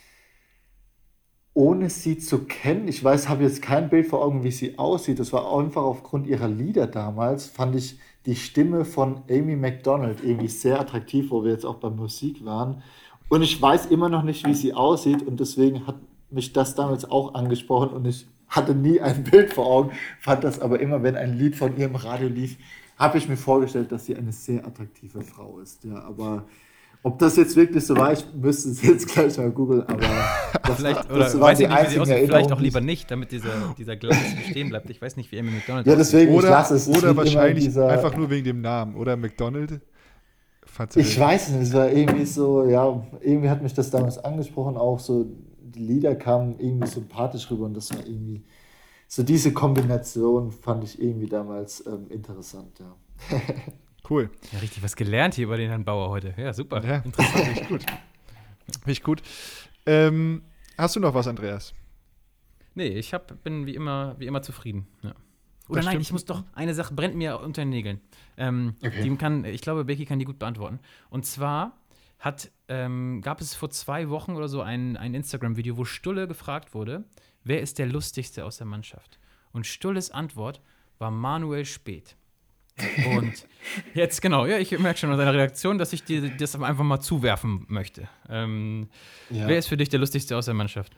ohne sie zu kennen, ich weiß, habe jetzt kein Bild vor Augen, wie sie aussieht. Das war einfach aufgrund ihrer Lieder damals, fand ich die Stimme von Amy Macdonald irgendwie sehr attraktiv, wo wir jetzt auch bei Musik waren. Und ich weiß immer noch nicht, wie sie aussieht und deswegen hat mich das damals auch angesprochen und ich hatte nie ein Bild vor Augen, fand das aber immer, wenn ein Lied von ihr im Radio lief, habe ich mir vorgestellt, dass sie eine sehr attraktive Frau ist. Ja, aber ob das jetzt wirklich so war, ich müsste es jetzt gleich mal googeln, aber das, Vielleicht, war, oder das war weiß die ich nicht, wie sie einzige aussieht. Vielleicht Erinnerung, auch die ich- lieber nicht, damit dieser, dieser Glanz bestehen bleibt. Ich weiß nicht, wie Amy McDonald Ja, aussieht. deswegen, ich Oder, lasse es. Es oder liegt immer in wahrscheinlich dieser- einfach nur wegen dem Namen. Oder McDonald. Fand sie Ich weiß nicht, es war irgendwie so, ja, irgendwie hat mich das damals angesprochen, auch so, die Lieder kamen irgendwie sympathisch rüber und das war irgendwie, so diese Kombination fand ich irgendwie damals ähm, interessant, ja. Cool. Ja, richtig was gelernt hier über den Herrn Bauer heute. Ja, super. Ja, interessant. Finde ich gut. Finde ich gut. Ähm, hast du noch was, Andreas? Nee, ich hab, bin wie immer, wie immer zufrieden. Ja. Oder Das nein, stimmt. ich muss doch, eine Sache brennt mir unter den Nägeln. Ähm, Okay. die kann, ich glaube, Becky kann die gut beantworten. Und zwar hat, ähm, gab es vor zwei Wochen oder so ein, ein Instagram-Video, wo Stulle gefragt wurde, wer ist der Lustigste aus der Mannschaft? Und Stulles Antwort war Manuel Späth. Und jetzt, genau, ja, ich merke schon an deiner Reaktion, dass ich dir das einfach mal zuwerfen möchte. Ähm, Ja, Wer ist für dich der Lustigste aus der Mannschaft?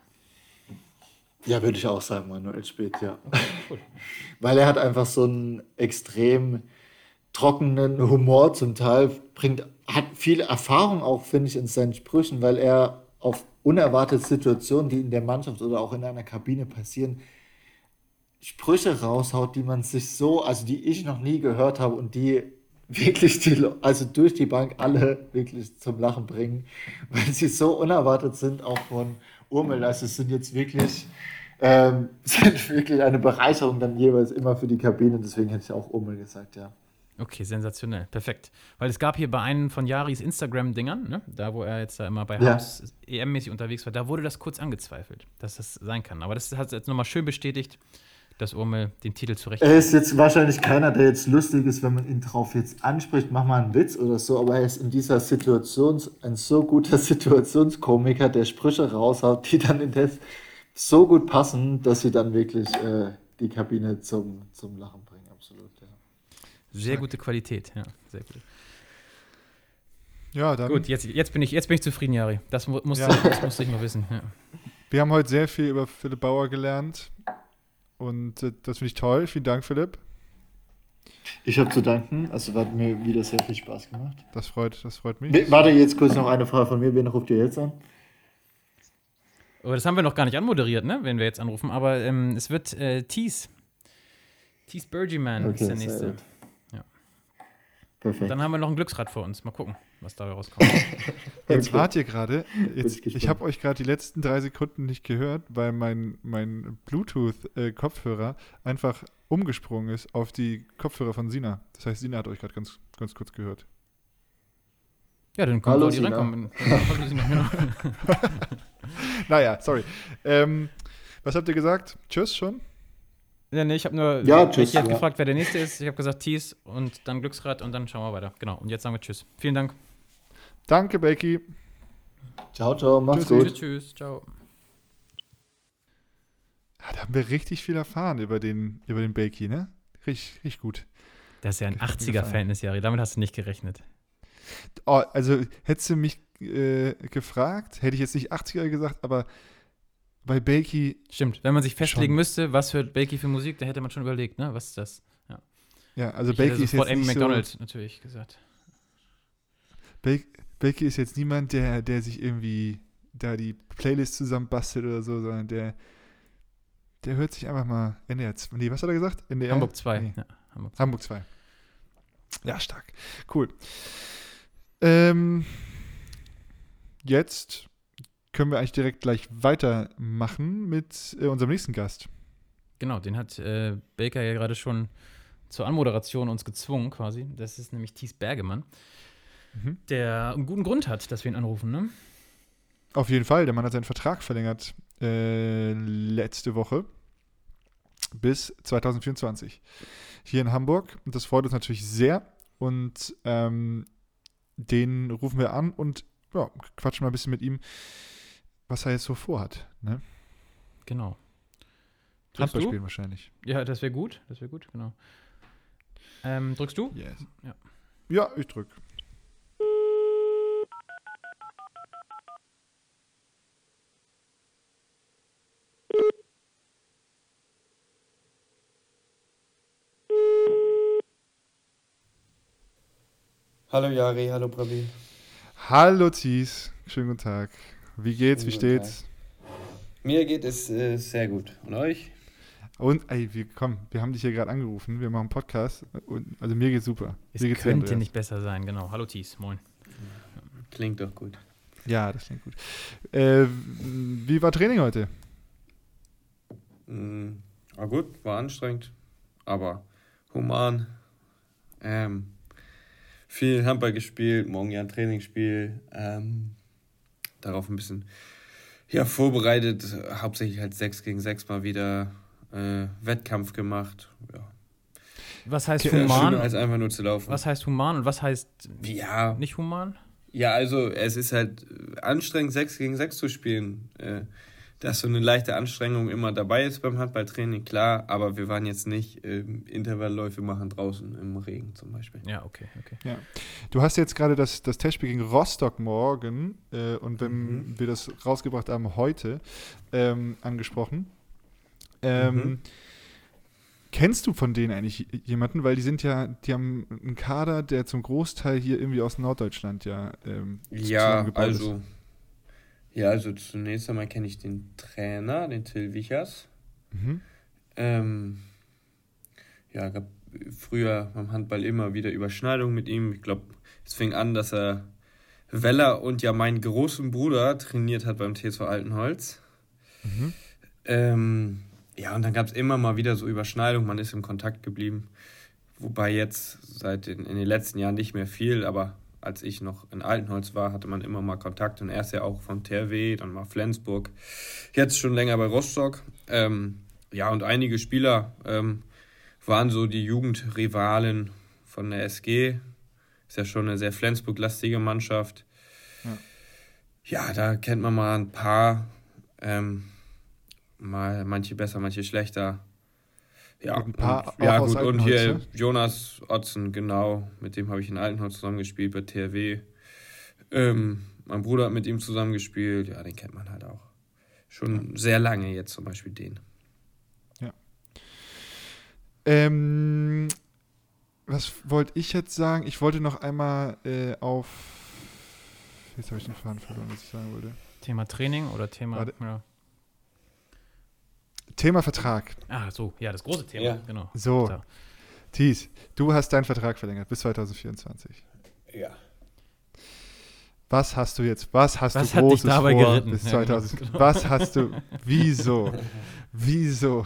ja würde ich auch sagen, Manuel Späth, ja. Weil er hat einfach so einen extrem trockenen Humor zum Teil, bringt, hat viel Erfahrung auch, finde ich, in seinen Sprüchen, weil er auf unerwartete Situationen, die in der Mannschaft oder auch in einer Kabine passieren, Sprüche raushaut, die man sich so, also die ich noch nie gehört habe und die wirklich die, Le- also durch die Bank alle wirklich zum Lachen bringen, weil sie so unerwartet sind, auch von Urmel. Also es sind jetzt wirklich, ähm, sind wirklich eine Bereicherung dann jeweils immer für die Kabine. Deswegen hätte ich auch Urmel gesagt, ja. Okay, sensationell, perfekt. Weil es gab hier bei einem von Jaris Instagram-Dingern, ne, da wo er jetzt da immer bei Ja. Haus E M-mäßig unterwegs war, da wurde das kurz angezweifelt, dass das sein kann. Aber das hat jetzt nochmal schön bestätigt, dass Urmel den Titel zurecht. Er ist jetzt wahrscheinlich keiner, der jetzt lustig ist, wenn man ihn drauf jetzt anspricht, mach mal einen Witz oder so, aber er ist in dieser Situation ein so guter Situationskomiker, der Sprüche raushaut, die dann in das so gut passen, dass sie dann wirklich äh, die Kabine zum, zum Lachen bringen, absolut, ja. Sehr gute Qualität, ja, sehr gut. Ja, dann. Gut, jetzt, jetzt, bin ich, jetzt bin ich zufrieden, Jari. Das mu- musste, Ja. das musste ich mal wissen. Ja. Wir haben heute sehr viel über Philipp Bauer gelernt. Und äh, das finde ich toll. Vielen Dank, Philipp. Ich habe zu danken, also hat mir wieder sehr viel Spaß gemacht. Das freut, das freut mich. We- Warte, jetzt kurz noch eine Frage von mir, wen ruft ihr jetzt an? Aber das haben wir noch gar nicht anmoderiert, ne, wenn wir jetzt anrufen. Aber ähm, es wird äh, Thies. Thies Bergyman ist der sehr nächste. gut. Ja. Perfekt. Dann haben wir noch ein Glücksrad vor uns. Mal gucken, was dabei rauskommt. Jetzt Okay. wart ihr gerade. Jetzt, ich gespannt. ich habe euch gerade die letzten drei Sekunden nicht gehört, weil mein, mein Bluetooth-Kopfhörer einfach umgesprungen ist auf die Kopfhörer von Sina. Das heißt, Sina hat euch gerade ganz, ganz kurz gehört. Ja, dann kommt Hallo, doch die Sina. reinkommen. Hallo, Sina, genau. Naja, sorry. Ähm, was habt ihr gesagt? Tschüss schon? Ja, nee, ich habe nur. Ja, tschüss, Ich habe ja. gefragt, wer der nächste ist. Ich habe gesagt Thies und dann Glücksrad und dann schauen wir weiter. Genau. Und jetzt sagen wir Tschüss. Vielen Dank. Danke, Becky. Ciao, ciao, mach's Tschüssi. gut. Tschüss, tschüss. Ciao. Ja, da haben wir richtig viel erfahren über den, über den Becky, ne? Richtig, richtig gut. Das ist ja ein Gefällt mir achtziger-Fan ist, Jari. Damit hast du nicht gerechnet. Oh, also hättest du mich äh, gefragt, hätte ich jetzt nicht achtziger gesagt, aber bei Becky, Stimmt. Wenn man sich festlegen Schon. müsste, was hört Becky für Musik, da hätte man schon überlegt, ne? Was ist das? ja, also Ich hätte Becky ist sofort jetzt Amy nicht McDonald natürlich gesagt. so, Be Becky ist jetzt niemand, der, der sich irgendwie da die Playlist zusammenbastelt oder so, sondern der, der hört sich einfach mal N D R zwei, nee, was hat er gesagt? N D R? Hamburg zwei. Nee, Ja, Hamburg zwei. Hamburg zwei. Ja, stark. Cool. Ähm, jetzt können wir eigentlich direkt gleich weitermachen mit äh, unserem nächsten Gast. Genau, den hat äh, Baker ja gerade schon zur Anmoderation uns gezwungen quasi. Das ist nämlich Thies Bergemann, Mhm. der einen guten Grund hat, dass wir ihn anrufen, ne? Auf jeden Fall, der Mann hat seinen Vertrag verlängert äh, letzte Woche bis zwanzig vierundzwanzig hier in Hamburg. Und das freut uns natürlich sehr. Und ähm, den rufen wir an und ja, quatschen mal ein bisschen mit ihm, was er jetzt so vorhat. Ne? Genau. Drückst Handball du? spielen wahrscheinlich. Ja, das wäre gut. Das wäre gut, genau. Ähm, drückst du? Yes. Ja. Ja, ich drück. Hallo Jari, hallo Prabi. Hallo Thies, schönen guten Tag. Wie geht's, wie Schönen guten steht's? Mir geht es äh, sehr gut. Und euch? Und ey, wir, komm, wir haben dich hier gerade angerufen, wir machen einen Podcast. Und, also mir geht's super. Es Wie geht's dir, könnte Andreas? nicht besser sein, genau. Hallo Thies, moin. Klingt doch gut. Ja, das klingt gut. Äh, wie war Training heute? Mm, war gut, war anstrengend, aber human. Ähm, viel Handball gespielt, morgen ja ein Trainingsspiel. Ähm, darauf ein bisschen ja, vorbereitet, hauptsächlich halt sechs gegen sechs mal wieder äh, Wettkampf gemacht. Ja. Was heißt Schöner human? als einfach nur zu laufen. Was heißt human und was heißt Ja, nicht human? Ja, also es ist halt anstrengend, sechs gegen sechs zu spielen. Äh, dass so eine leichte Anstrengung immer dabei ist beim Handballtraining, klar, aber wir waren jetzt nicht ähm, Intervallläufe machen draußen im Regen zum Beispiel. Ja, okay, okay. Ja. Du hast jetzt gerade das, das Testspiel gegen Rostock morgen äh, und wenn Mhm. wir das rausgebracht haben heute ähm, angesprochen. Ähm, Mhm. Kennst du von denen eigentlich jemanden? Weil die sind ja, die haben einen Kader, der zum Großteil hier irgendwie aus Norddeutschland ja ähm, Ja, zusammengebaut also, ist. ja, also zunächst einmal kenne ich den Trainer, den Till Wichers. Mhm. Ähm, ja, gab früher beim Handball immer wieder Überschneidungen mit ihm. Ich glaube, es fing an, dass er Weller und ja meinen großen Bruder trainiert hat beim T S V Altenholz. Mhm. Ähm, ja, und dann gab es immer mal wieder so Überschneidungen, man ist im Kontakt geblieben. Wobei jetzt seit den, in den letzten Jahren nicht mehr viel, aber als ich noch in Altenholz war, hatte man immer mal Kontakt. Und er ist ja auch von T R W, dann mal Flensburg, jetzt schon länger bei Rostock. Ähm, ja, und einige Spieler ähm, waren so die Jugendrivalen von der S G. Ist ja schon eine sehr Flensburg-lastige Mannschaft. Ja. Ja, da kennt man mal ein paar, ähm, mal manche besser, manche schlechter. Ja, Und ein paar und, ja auch aus gut, und Altenholz, hier ne? Jonas Otzen, genau, mit dem habe ich in Altenholz zusammengespielt bei T R W. Ähm, mein Bruder hat mit ihm zusammengespielt, ja, den kennt man halt auch. Schon sehr lange jetzt zum Beispiel den. Ähm, was wollte ich jetzt sagen? Ich wollte noch einmal äh, auf. Jetzt habe ich den Faden verloren, was ich sagen wollte. Thema Training oder Thema. Warte. Ja. Thema Vertrag. Ah, so, ja, das große Thema, Ja. genau. So, Da. Thies, du hast deinen Vertrag verlängert bis zwanzig vierundzwanzig. Ja. Was hast du jetzt? Was hast Was du hat dich Großes dabei vor geritten? bis Ja, genau. zwanzig? Was hast du? Wieso? Wieso?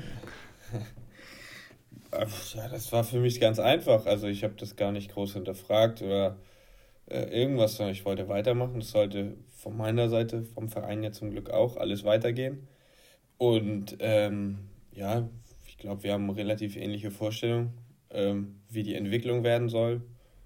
Ja, das war für mich ganz einfach. Also ich habe das gar nicht groß hinterfragt oder äh, irgendwas, sondern ich wollte weitermachen. Es sollte von meiner Seite, vom Verein ja zum Glück auch, alles weitergehen. Und ähm, ja, ich glaube, wir haben eine relativ ähnliche Vorstellung, ähm, wie die Entwicklung werden soll.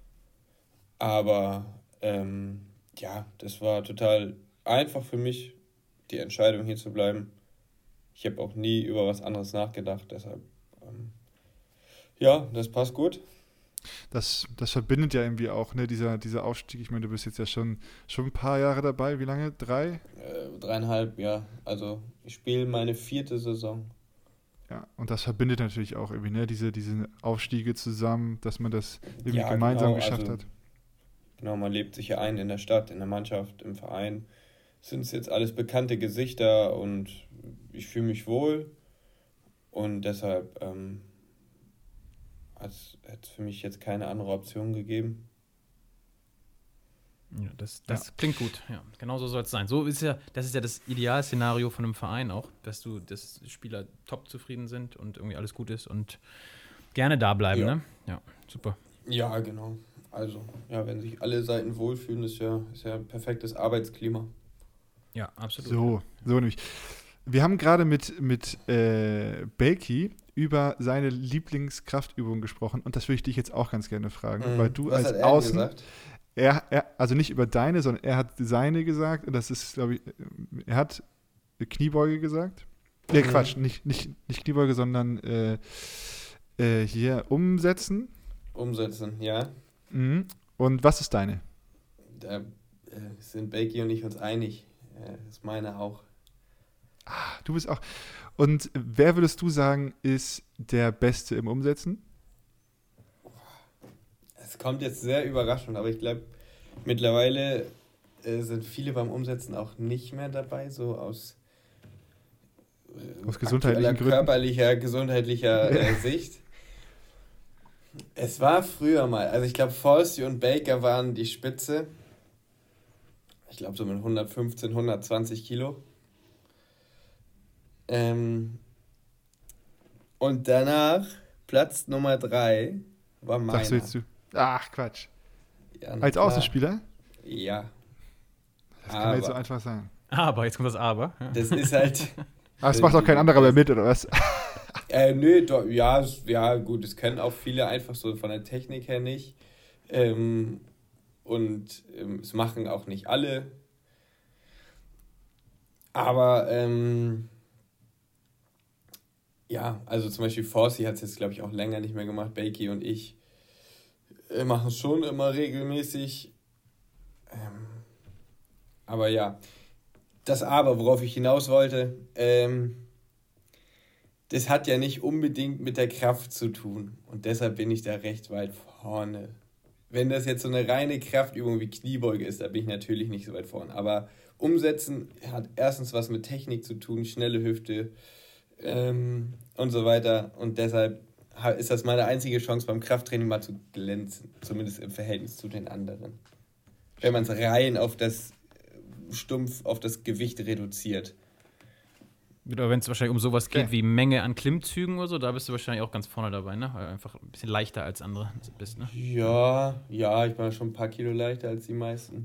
Aber ähm, ja, das war total einfach für mich, die Entscheidung hier zu bleiben. Ich habe auch nie über was anderes nachgedacht, deshalb ähm, ja, das passt gut. Das, das verbindet ja irgendwie auch, ne, dieser, dieser Aufstieg. Ich meine, du bist jetzt ja schon, schon ein paar Jahre dabei. Wie lange? Drei? Äh, dreieinhalb, ja. Also ich spiele meine vierte Saison. Ja, und das verbindet natürlich auch irgendwie, ne, diese, diese Aufstiege zusammen, dass man das irgendwie Ja, gemeinsam genau, geschafft also- hat. Genau, man lebt sich ja ein in der Stadt, in der Mannschaft, im Verein. Sind es jetzt alles bekannte Gesichter und ich fühle mich wohl. Und deshalb ähm, hat es für mich jetzt keine andere Option gegeben. Ja, das das ja. klingt gut, ja. Genau so soll es sein. So ist ja, das ist ja das Idealszenario von einem Verein auch, dass du, dass Spieler top zufrieden sind und irgendwie alles gut ist und gerne da bleiben, ja. ne? Ja, super. Ja, genau. Also, ja, wenn sich alle Seiten wohlfühlen, ist ja, ist ja ein perfektes Arbeitsklima. Ja, absolut. So, so nämlich. Wir haben gerade mit, mit äh, Belki über seine Lieblingskraftübung gesprochen und das würde ich dich jetzt auch ganz gerne fragen, mhm. weil du Was als hat er Außen, gesagt? Er, er, also nicht über deine, sondern er hat seine gesagt und das ist, glaube ich, er hat Kniebeuge gesagt. Nee, mhm. Quatsch, nicht, nicht, nicht Kniebeuge, sondern äh, äh, hier umsetzen. Umsetzen, ja. Mhm. Und was ist deine? Da äh, sind Belki und ich uns einig. Äh, das ist meine auch. Ah, du bist auch. Und wer würdest du sagen, ist der Beste im Umsetzen? Es kommt jetzt sehr überraschend, aber ich glaube, mittlerweile äh, sind viele beim Umsetzen auch nicht mehr dabei, so aus, äh, aus gesundheitlichen Gründen. körperlicher, gesundheitlicher äh, Sicht. Es war früher mal, also ich glaube, Forsey und Baker waren die Spitze. Ich glaube, so mit hundertfünfzehn, hundertzwanzig Kilo. Ähm, und danach, Platz Nummer drei, war meiner. Sagst du jetzt du? Ach, Quatsch. Ja, als klar. Außenspieler? Ja. Das kann man jetzt so einfach sagen. Aber, jetzt kommt das Aber. Ja. Das ist halt... Ach, das macht auch kein anderer mehr mit, oder was? Äh, nö, doch, ja, ja, gut, das können auch viele einfach so von der Technik her nicht. Ähm, und ähm, es machen auch nicht alle. Aber, ähm, ja, also zum Beispiel Forsey hat es jetzt, glaube ich, auch länger nicht mehr gemacht. Belki und ich äh, machen es schon immer regelmäßig. Ähm, aber ja, das Aber, worauf ich hinaus wollte, ähm, das hat ja nicht unbedingt mit der Kraft zu tun. Und deshalb bin ich da recht weit vorne. Wenn das jetzt so eine reine Kraftübung wie Kniebeuge ist, da bin ich natürlich nicht so weit vorne. Aber Umsetzen hat erstens was mit Technik zu tun, schnelle Hüfte ähm, und so weiter. Und deshalb ist das meine einzige Chance, beim Krafttraining mal zu glänzen. Zumindest im Verhältnis zu den anderen. Wenn man es rein auf das stumpf, auf das Gewicht reduziert. Oder wenn es wahrscheinlich um sowas geht okay. wie Menge an Klimmzügen oder so, da bist du wahrscheinlich auch ganz vorne dabei, ne? Weil du einfach ein bisschen leichter als andere bist, ne? Ja, ja, ich bin schon ein paar Kilo leichter als die meisten.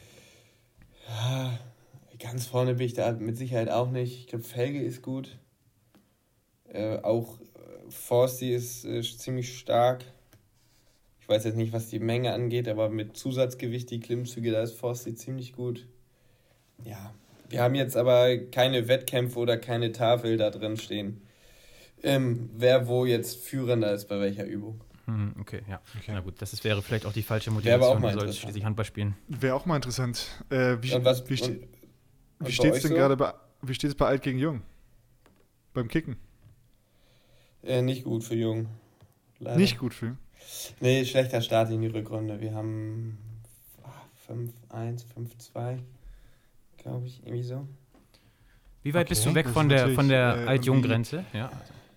Ja, ganz vorne bin ich da mit Sicherheit auch nicht. Ich glaube, Felge ist gut. Äh, auch äh, Forsey ist äh, ziemlich stark. Ich weiß jetzt nicht, was die Menge angeht, aber mit Zusatzgewicht, die Klimmzüge, da ist Forsey ziemlich gut. Ja, wir haben jetzt aber keine Wettkämpfe oder keine Tafel da drin stehen, ähm, wer wo jetzt führender ist bei welcher Übung. Hm, okay, ja. Okay. Na gut, das ist, wäre vielleicht auch die falsche Wäre aber auch Motivation, mal du solltest schließlich Handball spielen. Wäre auch mal interessant. Äh, wie Und was, wie, ste und, wie und steht es denn so? gerade bei, wie steht es bei Alt gegen Jung? Beim Kicken? Äh, nicht gut für Jung. Leider. Nicht gut für? Nee, schlechter Start in die Rückrunde. Wir haben fünf eins, fünf zwei, glaube ich, irgendwie so. Wie weit Okay, bist du weg das von ist der, natürlich, von der äh, Alt-Jung-Grenze? Ja.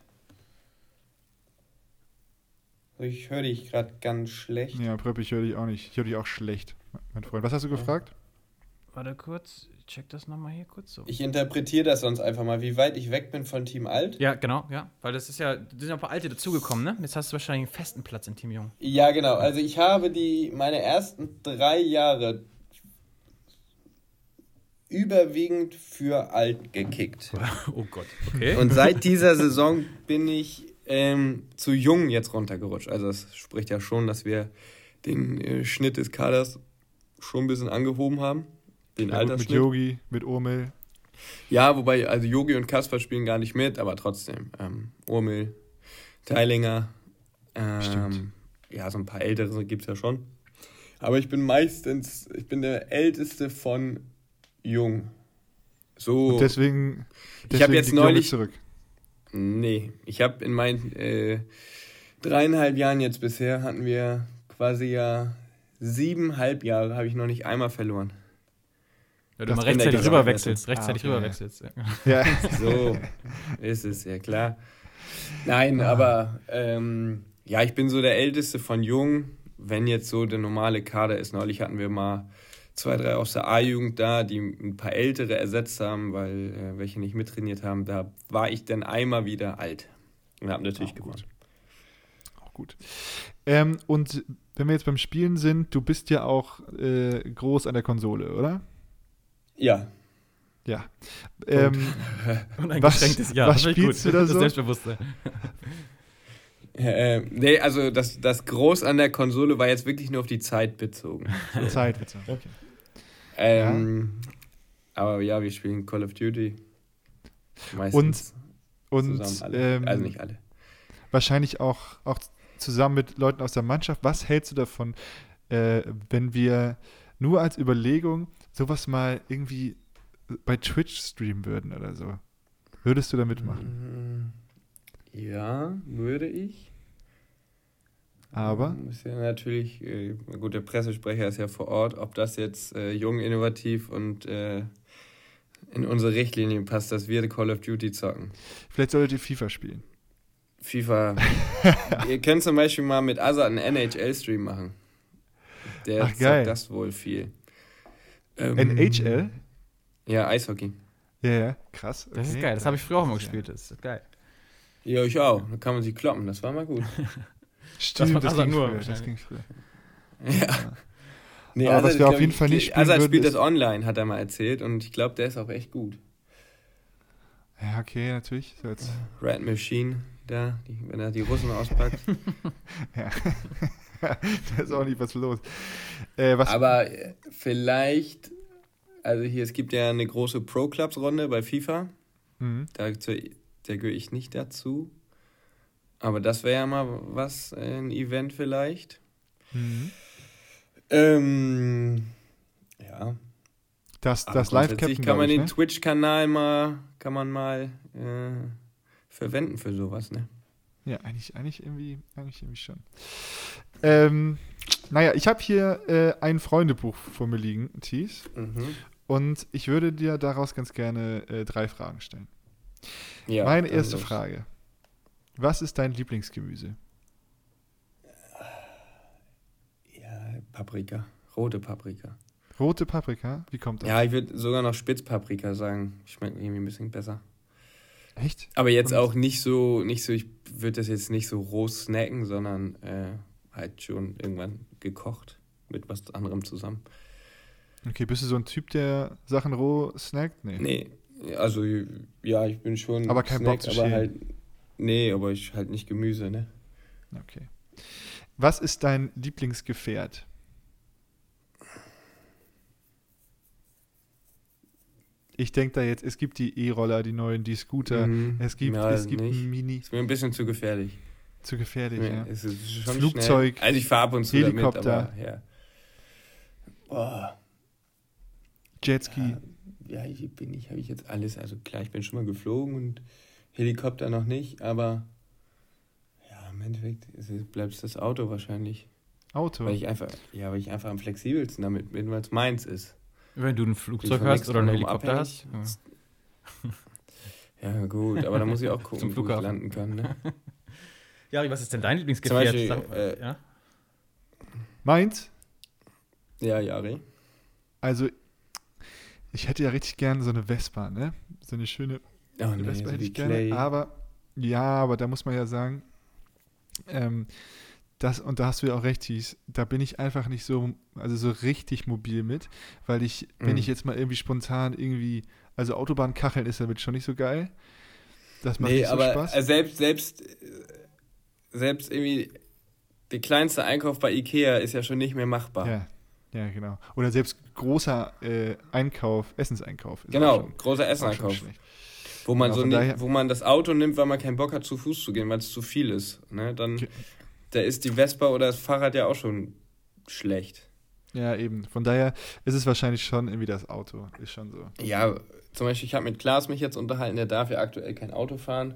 Ich höre dich gerade ganz schlecht. Ja, Pröpp, ich höre dich auch nicht. Ich höre dich auch schlecht, mein Freund. Was hast du Ja. gefragt? Warte kurz, ich check das nochmal hier kurz so. Ich interpretiere das sonst einfach mal, wie weit ich weg bin von Team Alt. Ja, genau, ja. Weil das ist ja, da sind ja ein paar Alte dazugekommen, ne? Jetzt hast du wahrscheinlich einen festen Platz in Team Jung. Ja, genau. Also ich habe die meine ersten drei Jahre überwiegend für Alt gekickt. Oh Gott, okay. Und seit dieser Saison bin ich ähm, zu Jung jetzt runtergerutscht. Also das spricht ja schon, dass wir den äh, Schnitt des Kaders schon ein bisschen angehoben haben. Den Ja, gut, mit Altersschnitt. Yogi, mit Urmel. Ja, wobei, also Yogi und Kasper spielen gar nicht mit, aber trotzdem. Ähm, Urmel, Teilinger, ähm, Stimmt. ja, so ein paar Ältere gibt es ja schon. Aber ich bin meistens, ich bin der Älteste von Jung. So. Und deswegen, deswegen Ich hab jetzt liegt Yogi neulich- zurück. Nee, ich habe in meinen äh, dreieinhalb Jahren jetzt bisher hatten wir quasi ja siebeneinhalb Jahre, habe ich noch nicht einmal verloren. Weil du Das mal in der rechtzeitig Gesamtwertung. rüberwechselst, rechtzeitig Ah, okay. rüberwechselst. Ja. Ja. So ist es, ja klar. Nein, aber ähm, ja, ich bin so der Älteste von Jung, wenn jetzt so der normale Kader ist. Neulich hatten wir mal zwei, drei aus der A-Jugend da, die ein paar Ältere ersetzt haben, weil äh, welche nicht mittrainiert haben. Da war ich dann einmal wieder alt und habe natürlich Auch gewonnen. gut. Auch gut. Ähm, und wenn wir jetzt beim Spielen sind, du bist ja auch äh, groß an der Konsole, oder? Ja. Ja. Ähm, Und ein was- geschenktes Jahr. was Das finde ich spielst du da Das so? Selbstbewusstsein. Äh, nee, also das, das Groß an der Konsole war jetzt wirklich nur auf die Zeit bezogen. Zeit bitte. Okay. Ähm, Aber ja, wir spielen Call of Duty. Meistens Und zusammen alle. ähm, Also nicht alle. wahrscheinlich auch, auch zusammen mit Leuten aus der Mannschaft. Was hältst du davon, äh, wenn wir nur als Überlegung sowas mal irgendwie bei Twitch streamen würden oder so? Würdest du da mitmachen? Ja, würde ich. Aber Ist ja natürlich, äh, gut, der Pressesprecher ist ja vor Ort, ob das jetzt äh, jung, innovativ und äh, in unsere Richtlinien passt, dass wir Call of Duty zocken. vielleicht solltet ihr FIFA spielen. FIFA. Ihr könnt zum Beispiel mal mit Azad einen N H L-Stream machen. Der Ach, zockt geil. das wohl viel. Ähm, N H L? Ja, Eishockey. Ja, ja, krass. Das ist okay. geil. Das habe ich früher auch mal Ja. gespielt. Das ist geil. Ja, ich auch. Da kann man sich kloppen, das war mal gut. Stimmt, macht das, Azad ging nur früher, das wahrscheinlich. ging früher. Ja. Nee, Aber was wir auf glaub jeden ich- Fall nicht spielen Azad würden, spielt ist- das online, hat er mal erzählt. Und ich glaube, der ist auch echt gut. Ja, okay, natürlich. So jetzt, Red Machine, da, die, wenn er die Russen auspackt. ja. Da ist auch nicht was los. Äh, was, Aber äh, vielleicht, also hier, es gibt ja eine große Pro-Clubs-Runde bei FIFA. Mhm. Da, zu- da gehöre ich nicht dazu. Aber das wäre ja mal was, äh, ein Event vielleicht. Mhm. Ähm, ja. Das, Aber das grundsätzlich Live-Captain, kann man glaub ich, den ne? Twitch-Kanal mal, kann man mal äh, verwenden für sowas, ne? Ja, eigentlich, eigentlich, irgendwie, eigentlich irgendwie schon. Ähm, naja, ich habe hier äh, ein Freundebuch vor mir liegen, Thies. Mhm. Und ich würde dir daraus ganz gerne äh, drei Fragen stellen. Ja, Meine dann erste los. Frage. Was ist dein Lieblingsgemüse? Ja, Paprika. Rote Paprika. Rote Paprika? Wie kommt das? Ja, ich würde sogar noch Spitzpaprika sagen. Schmeckt mir irgendwie ein bisschen besser. Echt? Aber jetzt Und- auch nicht so, nicht so, ich würde das jetzt nicht so roh snacken, sondern äh, halt schon irgendwann gekocht mit was anderem zusammen. Okay, bist du so ein Typ, der Sachen roh snackt? Nee. Nee, also ja, ich bin schon Aber kein Bock zu aber schälen. halt, nee, aber ich halt nicht Gemüse, ne? Okay. Was ist dein Lieblingsgefährt? Ich denke da jetzt, es gibt die E-Roller, die neuen, die Scooter, Mhm. es gibt, Ja, es gibt nicht. ein Mini, Ist mir ein bisschen zu gefährlich. zu gefährlich, Nee, ja. es ist schon Flugzeug, schnell. Also ich fahre ab und zu Helikopter. damit, aber ja. Boah. Jetski. Ja, ich bin ich, habe ich jetzt alles, also klar, ich bin schon mal geflogen und Helikopter noch nicht, aber ja, im Endeffekt bleibt es das Auto wahrscheinlich. Auto. Weil ich einfach, ja, weil ich einfach am flexibelsten damit bin, weil es meins ist. Wenn du ein Bin Flugzeug von hast nichts oder einen anderem Helikopter abhängig. hast. Ja. Ja, gut, aber da muss ich auch Zum gucken, wo ich Flughafen. landen kann. Ne? Jari, was ist denn dein Lieblingsgefährt? Zum Beispiel, Sag- äh, ja? Meins? Ja, Jari. Also, ich hätte ja richtig gerne so eine Vespa, ne? So eine schöne Oh, eine nee, Vespa so hätte wie ich gerne. Clay. Aber, ja, aber da muss man ja sagen, ähm, das, und da hast du ja auch recht, Thies, da bin ich einfach nicht so, also so richtig mobil mit, weil ich, wenn Mhm. ich jetzt mal irgendwie spontan irgendwie, also Autobahnkacheln ist damit schon nicht so geil. Das macht Nee, nicht so aber Spaß. äh, selbst, selbst, äh, selbst irgendwie der kleinste Einkauf bei Ikea ist ja schon nicht mehr machbar. Ja, ja, genau. Oder selbst großer äh, Einkauf, Essenseinkauf. Ist Genau, auch schon, großer auch schon Esseneinkauf. schlecht. Wo man, Genau, so von ni- daher- wo man das Auto nimmt, weil man keinen Bock hat, zu Fuß zu gehen, weil es zu viel ist. Ne? Dann Ge- da ist die Vespa oder das Fahrrad ja auch schon schlecht. Ja, eben. Von daher ist es wahrscheinlich schon irgendwie das Auto. Ist schon so. Ja, zum Beispiel, ich habe mit Klaas mich jetzt unterhalten, der darf ja aktuell kein Auto fahren.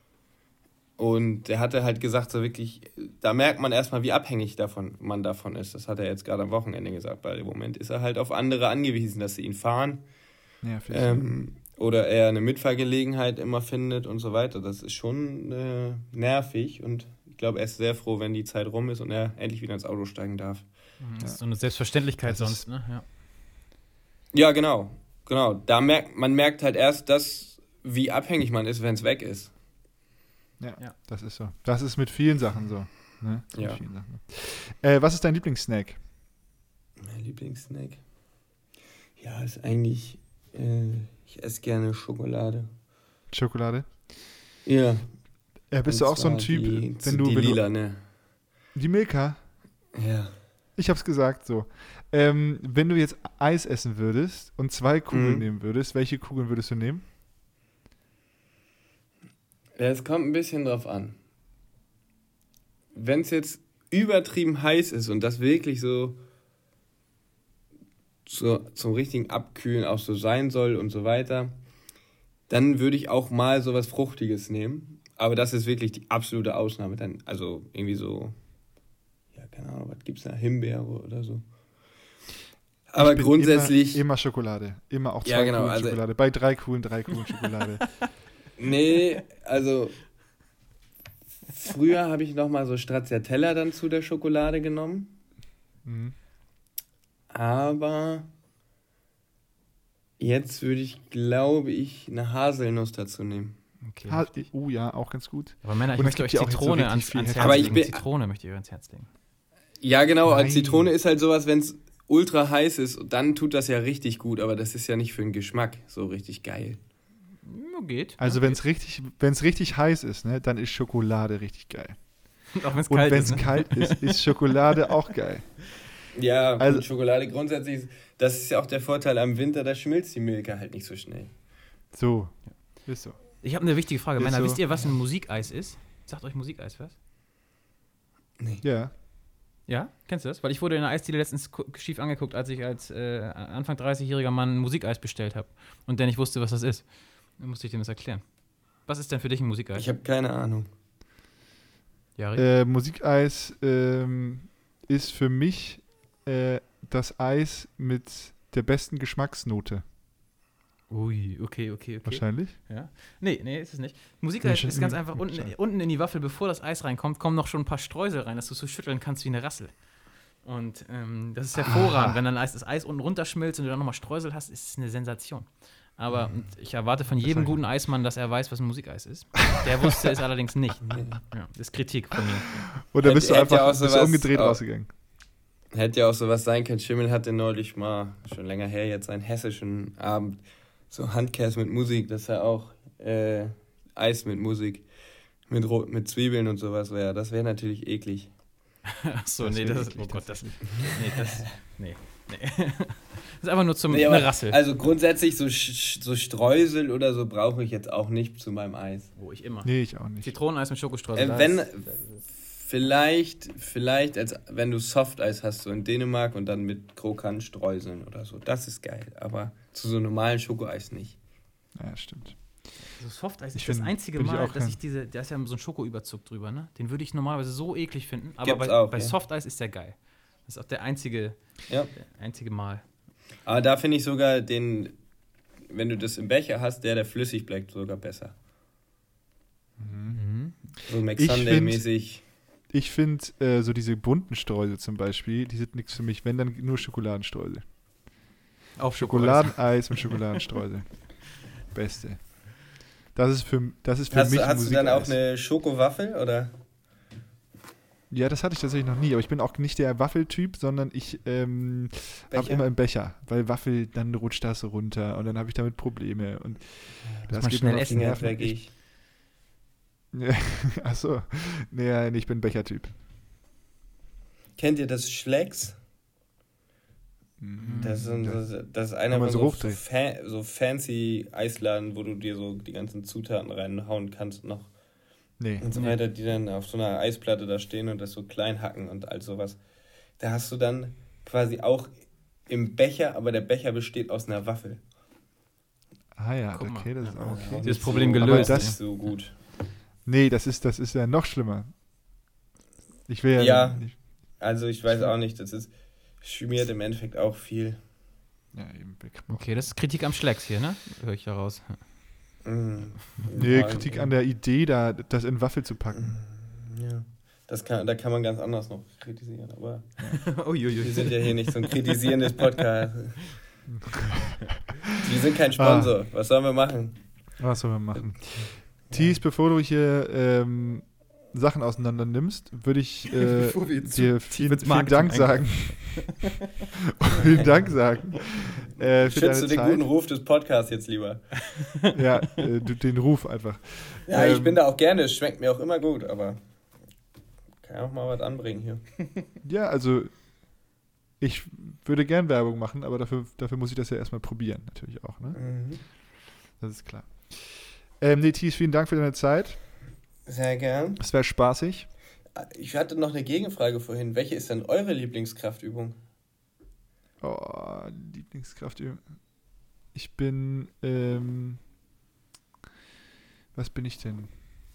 Und der hatte halt gesagt, so wirklich, da merkt man erstmal, wie abhängig davon man davon ist. Das hat er jetzt gerade am Wochenende gesagt, weil im Moment ist er halt auf andere angewiesen, dass sie ihn fahren. Ja, vielleicht. Ähm, oder er eine Mitfahrgelegenheit immer findet und so weiter. Das ist schon äh, nervig und ich glaube, er ist sehr froh, wenn die Zeit rum ist und er endlich wieder ins Auto steigen darf. Das ist so eine Selbstverständlichkeit Das ist- sonst, ne? Ja. Ja, genau. Genau. Da merkt, man merkt halt erst das, wie abhängig man ist, wenn es weg ist. Ja, Ja. das ist so. Das ist mit vielen Sachen so. Ne? Mit Ja. vielen Sachen. Äh, was ist dein Lieblingssnack? Mein Lieblingssnack? Ja, ist eigentlich, äh, ich esse gerne Schokolade. Schokolade? Ja. Äh, bist Und du auch so ein zwar Typ, die, wenn du, die wenn lila, ne? du die Milka? Ja. Ich hab's gesagt so. Ähm, wenn du jetzt Eis essen würdest und zwei Kugeln Mhm. nehmen würdest, welche Kugeln würdest du nehmen? Ja, es kommt ein bisschen drauf an. Wenn es jetzt übertrieben heiß ist und das wirklich so, so zum richtigen Abkühlen auch so sein soll und so weiter, dann würde ich auch mal sowas Fruchtiges nehmen. Aber das ist wirklich die absolute Ausnahme. Dann, also irgendwie so, ja, keine Ahnung, was gibt's da? Himbeere oder so. Aber Ich bin grundsätzlich, Immer, immer Schokolade. Immer auch zwei Ja, genau, Kugeln also- Schokolade. Bei drei Kugeln, drei Kugeln Schokolade. nee, also früher habe ich nochmal so Stracciatella dann zu der Schokolade genommen. Mhm. Aber jetzt würde ich, glaube ich, eine Haselnuss dazu nehmen. Okay. Ha- Oh ja, auch ganz gut. Aber Männer, ich Und es möchte euch gibt ja auch jetzt so Zitrone richtig ans, viel ans Heftig. Herz Aber ich legen. bin- Zitrone möchte ich euch ans Herz legen. Ja, genau, Nein. als Zitrone ist halt sowas, wenn es ultra heiß ist, dann tut das ja richtig gut, aber das ist ja nicht für den Geschmack so richtig geil. Ja, geht. Also ja, wenn es richtig, wenn's richtig heiß ist, ne, dann ist Schokolade richtig geil. geht. Auch wenn es Und kalt wenn ist. es Ne? kalt ist, ist Schokolade auch geil. Ja, Also- und Schokolade grundsätzlich, ist- das ist ja auch der Vorteil am Winter, da schmilzt die Milka halt nicht so schnell. So, ist so. Ich habe eine wichtige Frage. Ist Männer, so. wisst ihr, was ein Musikeis ist? Sagt euch Musikeis was? Ja. Ja, kennst du das? Weil ich wurde in der Eisdiele letztens ku- schief angeguckt, als ich als äh, Anfang dreißigjähriger Mann ein Musikeis bestellt habe und der nicht wusste, was das ist. Dann musste ich dem das erklären. Was ist denn für dich ein Musikeis? Ich habe keine Ahnung. Jari? Äh, Musikeis ähm, ist für mich äh, das Eis mit der besten Geschmacksnote. Ui, okay, okay, okay. Wahrscheinlich. Ja. Nee, nee, ist es nicht. Musikeis Nee, ist ganz sch- einfach, sch- unten, schade. unten in die Waffel, bevor das Eis reinkommt, kommen noch schon ein paar Streusel rein, dass du so schütteln kannst wie eine Rassel. Und ähm, das ist hervorragend. Ah. Wenn dann Eis, das Eis unten runterschmilzt und du dann nochmal Streusel hast, ist es eine Sensation. Aber Mhm. und ich erwarte von jedem sag ich. guten Eismann, dass er weiß, was ein Musikeis ist. Der wusste es allerdings nicht. Ja, das ist Kritik von mir. Oder Hätte- bist du hätte einfach ja auch bist du sowas umgedreht auch- rausgegangen? Hätte ja auch sowas sein können. Schimmel hatte neulich mal, schon länger her, jetzt einen hessischen Abend, so Handkäse mit Musik, das ist ja auch äh, Eis mit Musik, mit, Ro- mit Zwiebeln und sowas wäre. Das wäre natürlich eklig. Achso, Das nee, wär das ist. eklig, Oh Gott, das. tatsächlich. Nee, das. Nee, nee. Das ist einfach nur zum Nee, eine aber, Rassel. also grundsätzlich so, Sch- so Streusel oder so brauche ich jetzt auch nicht zu meinem Eis. Wo ich immer. Nee, ich auch nicht. Zitroneneis mit Schokostreusel. Äh, da wenn, ist- vielleicht, vielleicht als wenn du Softeis hast, so in Dänemark und dann mit Krokant-Streuseln oder so. Das ist geil, aber zu so normalen Schokoeis nicht. Ja, stimmt. So Softeis Ich ist das find, einzige würde ich Mal, auch dass gern. ich diese, da ist ja so ein Schokoüberzug drüber, ne? Den würde ich normalerweise so eklig finden, aber Gibt's bei, auch, bei ja. Softeis ist der geil. Das ist auch der einzige, Ja. der einzige Mal. Aber da finde ich sogar den, wenn du das im Becher hast, der, der flüssig bleibt, sogar besser. Mhm. So Ich McSunday-mäßig. Ich finde äh, so diese bunten Streusel zum Beispiel, die sind nichts für mich, wenn dann nur Schokoladenstreusel. Auf Schokoladeneis mit Schokoladenstreusel. Beste. Das ist für, das ist für Hast, mich du- hast du dann auch Musikeis. eine Schokowaffel, oder? Ja, das hatte ich tatsächlich noch nie, aber ich bin auch nicht der Waffeltyp, sondern ich ähm, habe Becher? immer im Becher, weil Waffel, dann rutscht das runter und dann habe ich damit Probleme. Und das man geht schnell mir auf die essen, Nerven. dreckig. Achso, nee, nee, ich bin Bechertyp. Kennt ihr das Schlecks? Das ist, ein, Das- das ist einer Kann man von so so, so, hochdrehen. fa so fancy Eisladen, wo du dir so die ganzen Zutaten reinhauen kannst noch Nee. und so Nee. weiter, die dann auf so einer Eisplatte da stehen und das so klein hacken und all sowas. Da hast du dann quasi auch im Becher, aber der Becher besteht aus einer Waffel. Ah ja, Guck mal. okay, das ist auch okay. Dieses Problem so, gelöst, aber ey. Nicht so gut. Nee, das ist, das ist ja noch schlimmer. Ich will ja. Ja. Nicht, Also ich weiß auch nicht, das ist schmiert im Endeffekt auch viel. ja, eben weg. Okay, das ist Kritik am Schlecks hier, ne? Höre ich daraus. Mm. Nee, Ja, Kritik an der Idee, da das in Waffel zu packen. Ja. Das kann, da kann man ganz anders noch kritisieren, aber wir Uiuiui. sind ja hier nicht so ein kritisierendes Podcast. Die sind kein Sponsor. Ah. Was sollen wir machen? Was sollen wir machen? Thies, bevor du hier ähm, Sachen auseinander nimmst, würde ich äh, dir vielen, vielen Dank sagen. vielen Dank sagen. Äh, für Schützt du den Zeit. Guten Ruf des Podcasts jetzt lieber? Ja, äh, den Ruf einfach. Ja, ähm, ich bin da auch gerne. Es schmeckt mir auch immer gut, aber kann ja auch mal was anbringen hier. Ja, also ich würde gern Werbung machen, aber dafür, dafür muss ich das ja erstmal probieren, natürlich auch. Ne? Mhm. Das ist klar. Ähm, nee, Thies, vielen Dank für deine Zeit. Sehr gern. Es wäre spaßig. Ich hatte noch eine Gegenfrage vorhin. Welche ist denn eure Lieblingskraftübung? Oh, Lieblingskraftübung. Ich bin, ähm, was bin ich denn?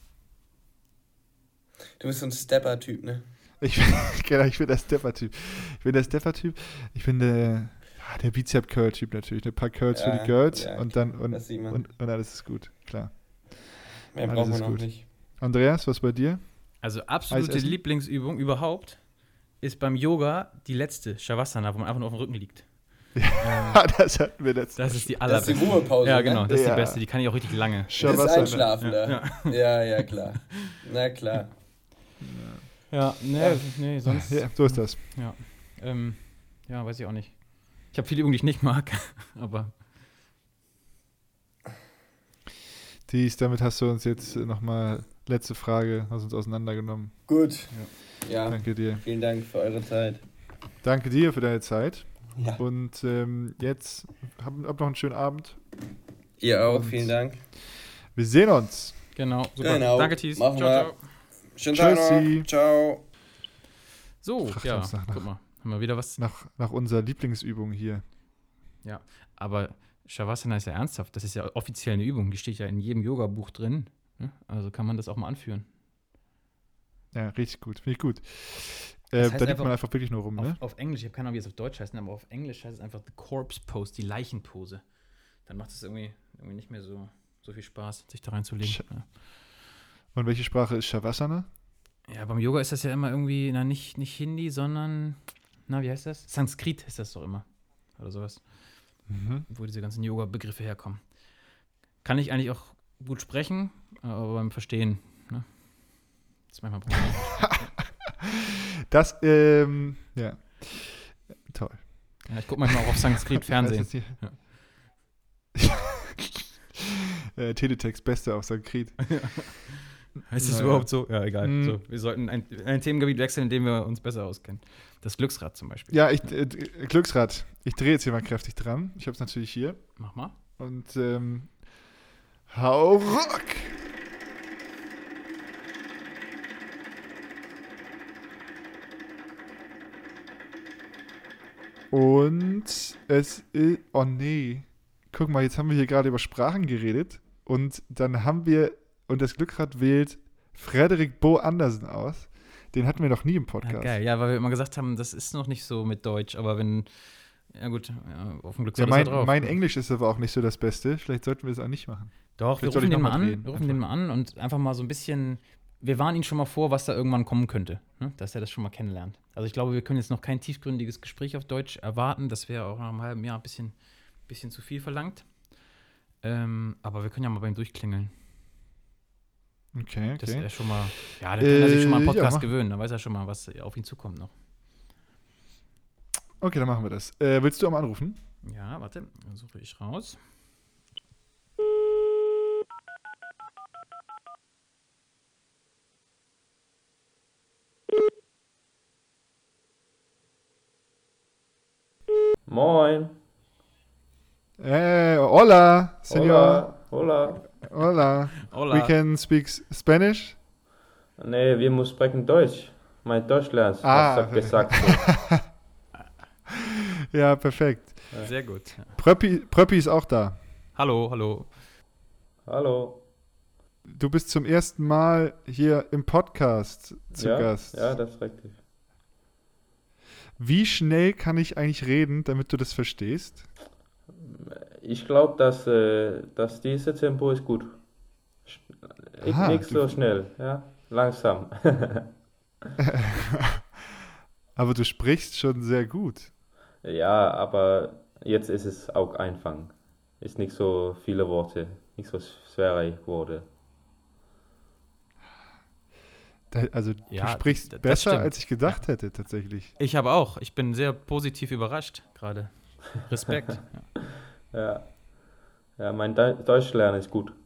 Du bist so ein Stepper-Typ, ne? Ich, genau, ich bin der Stepper-Typ. Ich bin der Stepper-Typ. Ich bin der, der Bizep-Curl-Typ natürlich. Ein paar Curls ja, für die Girls ja, und dann und, und, und alles ist gut, klar. Mehr brauchen wir noch gut. Nicht. Andreas, was bei dir? Also absolute Lieblingsübung überhaupt ist beim Yoga die letzte Shavasana, wo man einfach nur auf dem Rücken liegt. Ja, ähm, das hatten wir letztes Das ist die allerbeste. Das ist die Ruhepause. Ja, genau, das ist ja. die beste. Die kann ich auch richtig lange. Shavasana. Das ist Einschlafen da. Ja. ja, ja, klar. Na klar. Ja, nee, ja. nee, sonst. Ja, so ist das. Ja, ähm, ja, weiß ich auch nicht. Ich habe viele Übungen, die ich nicht mag, aber. Dies, damit hast du uns jetzt nochmal, letzte Frage, hast uns auseinandergenommen. Gut. Ja. ja. Danke dir. Vielen Dank für eure Zeit. Danke dir für deine Zeit. Ja. Und ähm, jetzt habt hab noch einen schönen Abend. Ihr auch, und vielen Dank. Wir sehen uns. Genau, super. Genau. Danke, Thies. Machen ciao, ciao. Schönen Tag noch. Ciao. So, Fragt ja, nach, nach, guck mal. Haben wir wieder was? Nach, nach unserer Lieblingsübung hier. Ja, aber Shavasana ist ja ernsthaft. Das ist ja offiziell eine Übung. Die steht ja in jedem Yoga-Buch drin. Also kann man das auch mal anführen. Ja, richtig gut. Finde ich gut. Äh, da liegt man einfach wirklich nur rum, auf, ne? Auf Englisch, ich habe keine Ahnung, wie es auf Deutsch heißt, aber auf Englisch heißt es einfach The Corpse Pose, die Leichenpose. Dann macht es irgendwie, irgendwie nicht mehr so, so viel Spaß, sich da reinzulegen. Sch- ja. Und welche Sprache ist Shavasana? Ja, beim Yoga ist das ja immer irgendwie, na, nicht, nicht Hindi, sondern, na, wie heißt das? Sanskrit ist das doch immer. Oder sowas. Mhm. Wo diese ganzen Yoga-Begriffe herkommen. Kann ich eigentlich auch gut sprechen, aber beim Verstehen, ne? Das ist manchmal ein Problem. Das, ähm, ja. Toll. Ja, ich gucke manchmal auch auf Sanskrit-Fernsehen. Ja. äh, Teletext, Beste auf Sanskrit. Ja. Heißt das naja. überhaupt so? Ja, egal. Mhm. So, wir sollten ein, ein Themengebiet wechseln, in dem wir uns besser auskennen. Das Glücksrad zum Beispiel. Ja, ich, äh, Glücksrad. Ich drehe jetzt hier mal kräftig dran. Ich habe es natürlich hier. Mach mal. Und ähm, hau rock! Und es ist, oh nee, guck mal, jetzt haben wir hier gerade über Sprachen geredet und dann haben wir, und das Glücksrad wählt Frederik Bo Andersen aus. Den hatten wir noch nie im Podcast. Ja, geil, ja, weil wir immer gesagt haben, das ist noch nicht so mit Deutsch, aber wenn, ja gut, ja, auf dem Glücksrad ja, mein, ist er drauf. Mein Englisch ist aber auch nicht so das Beste, vielleicht sollten wir es auch nicht machen. Doch, vielleicht wir rufen den mal an, drehen, wir rufen den mal an und einfach mal so ein bisschen, wir warnen ihn schon mal vor, was da irgendwann kommen könnte, ne? Dass er das schon mal kennenlernt. Also ich glaube, wir können jetzt noch kein tiefgründiges Gespräch auf Deutsch erwarten. Das wäre auch nach einem halben Jahr ein bisschen, bisschen zu viel verlangt. Ähm, aber wir können ja mal bei ihm durchklingeln. Okay, okay. Das wäre schon mal, ja, da kann er sich schon mal einen Podcast ja, gewöhnen. Da weiß er schon mal, was auf ihn zukommt noch. Okay, dann machen wir das. Äh, willst du am anrufen? Ja, warte, dann suche ich raus. Moin. Eh, hola, señor. Hola. Hola. Hola. We can speak Spanish? Nee, wir müssen sprechen Deutsch. Mein Deutschland ah, hat gesagt. Ja, perfekt. Sehr gut. Pröppi, Pröppi ist auch da. Hallo, hallo. Hallo. Du bist zum ersten Mal hier im Podcast zu ja, Gast. Ja, das ist richtig. Wie schnell kann ich eigentlich reden, damit du das verstehst? Ich glaube, dass, äh, dass dieses Tempo ist gut. Ich, Aha, nicht so schnell, ja, langsam. Aber du sprichst schon sehr gut. Ja, aber jetzt ist es auch einfach. Ist nicht so viele Worte, nicht so schwere Worte. Da, also Ja, du sprichst das besser, stimmt. als ich gedacht hätte, tatsächlich. Ich habe auch. Ich bin sehr positiv überrascht gerade. Respekt. Ja. Ja, ja mein Deu- Deutsch lernen ist gut.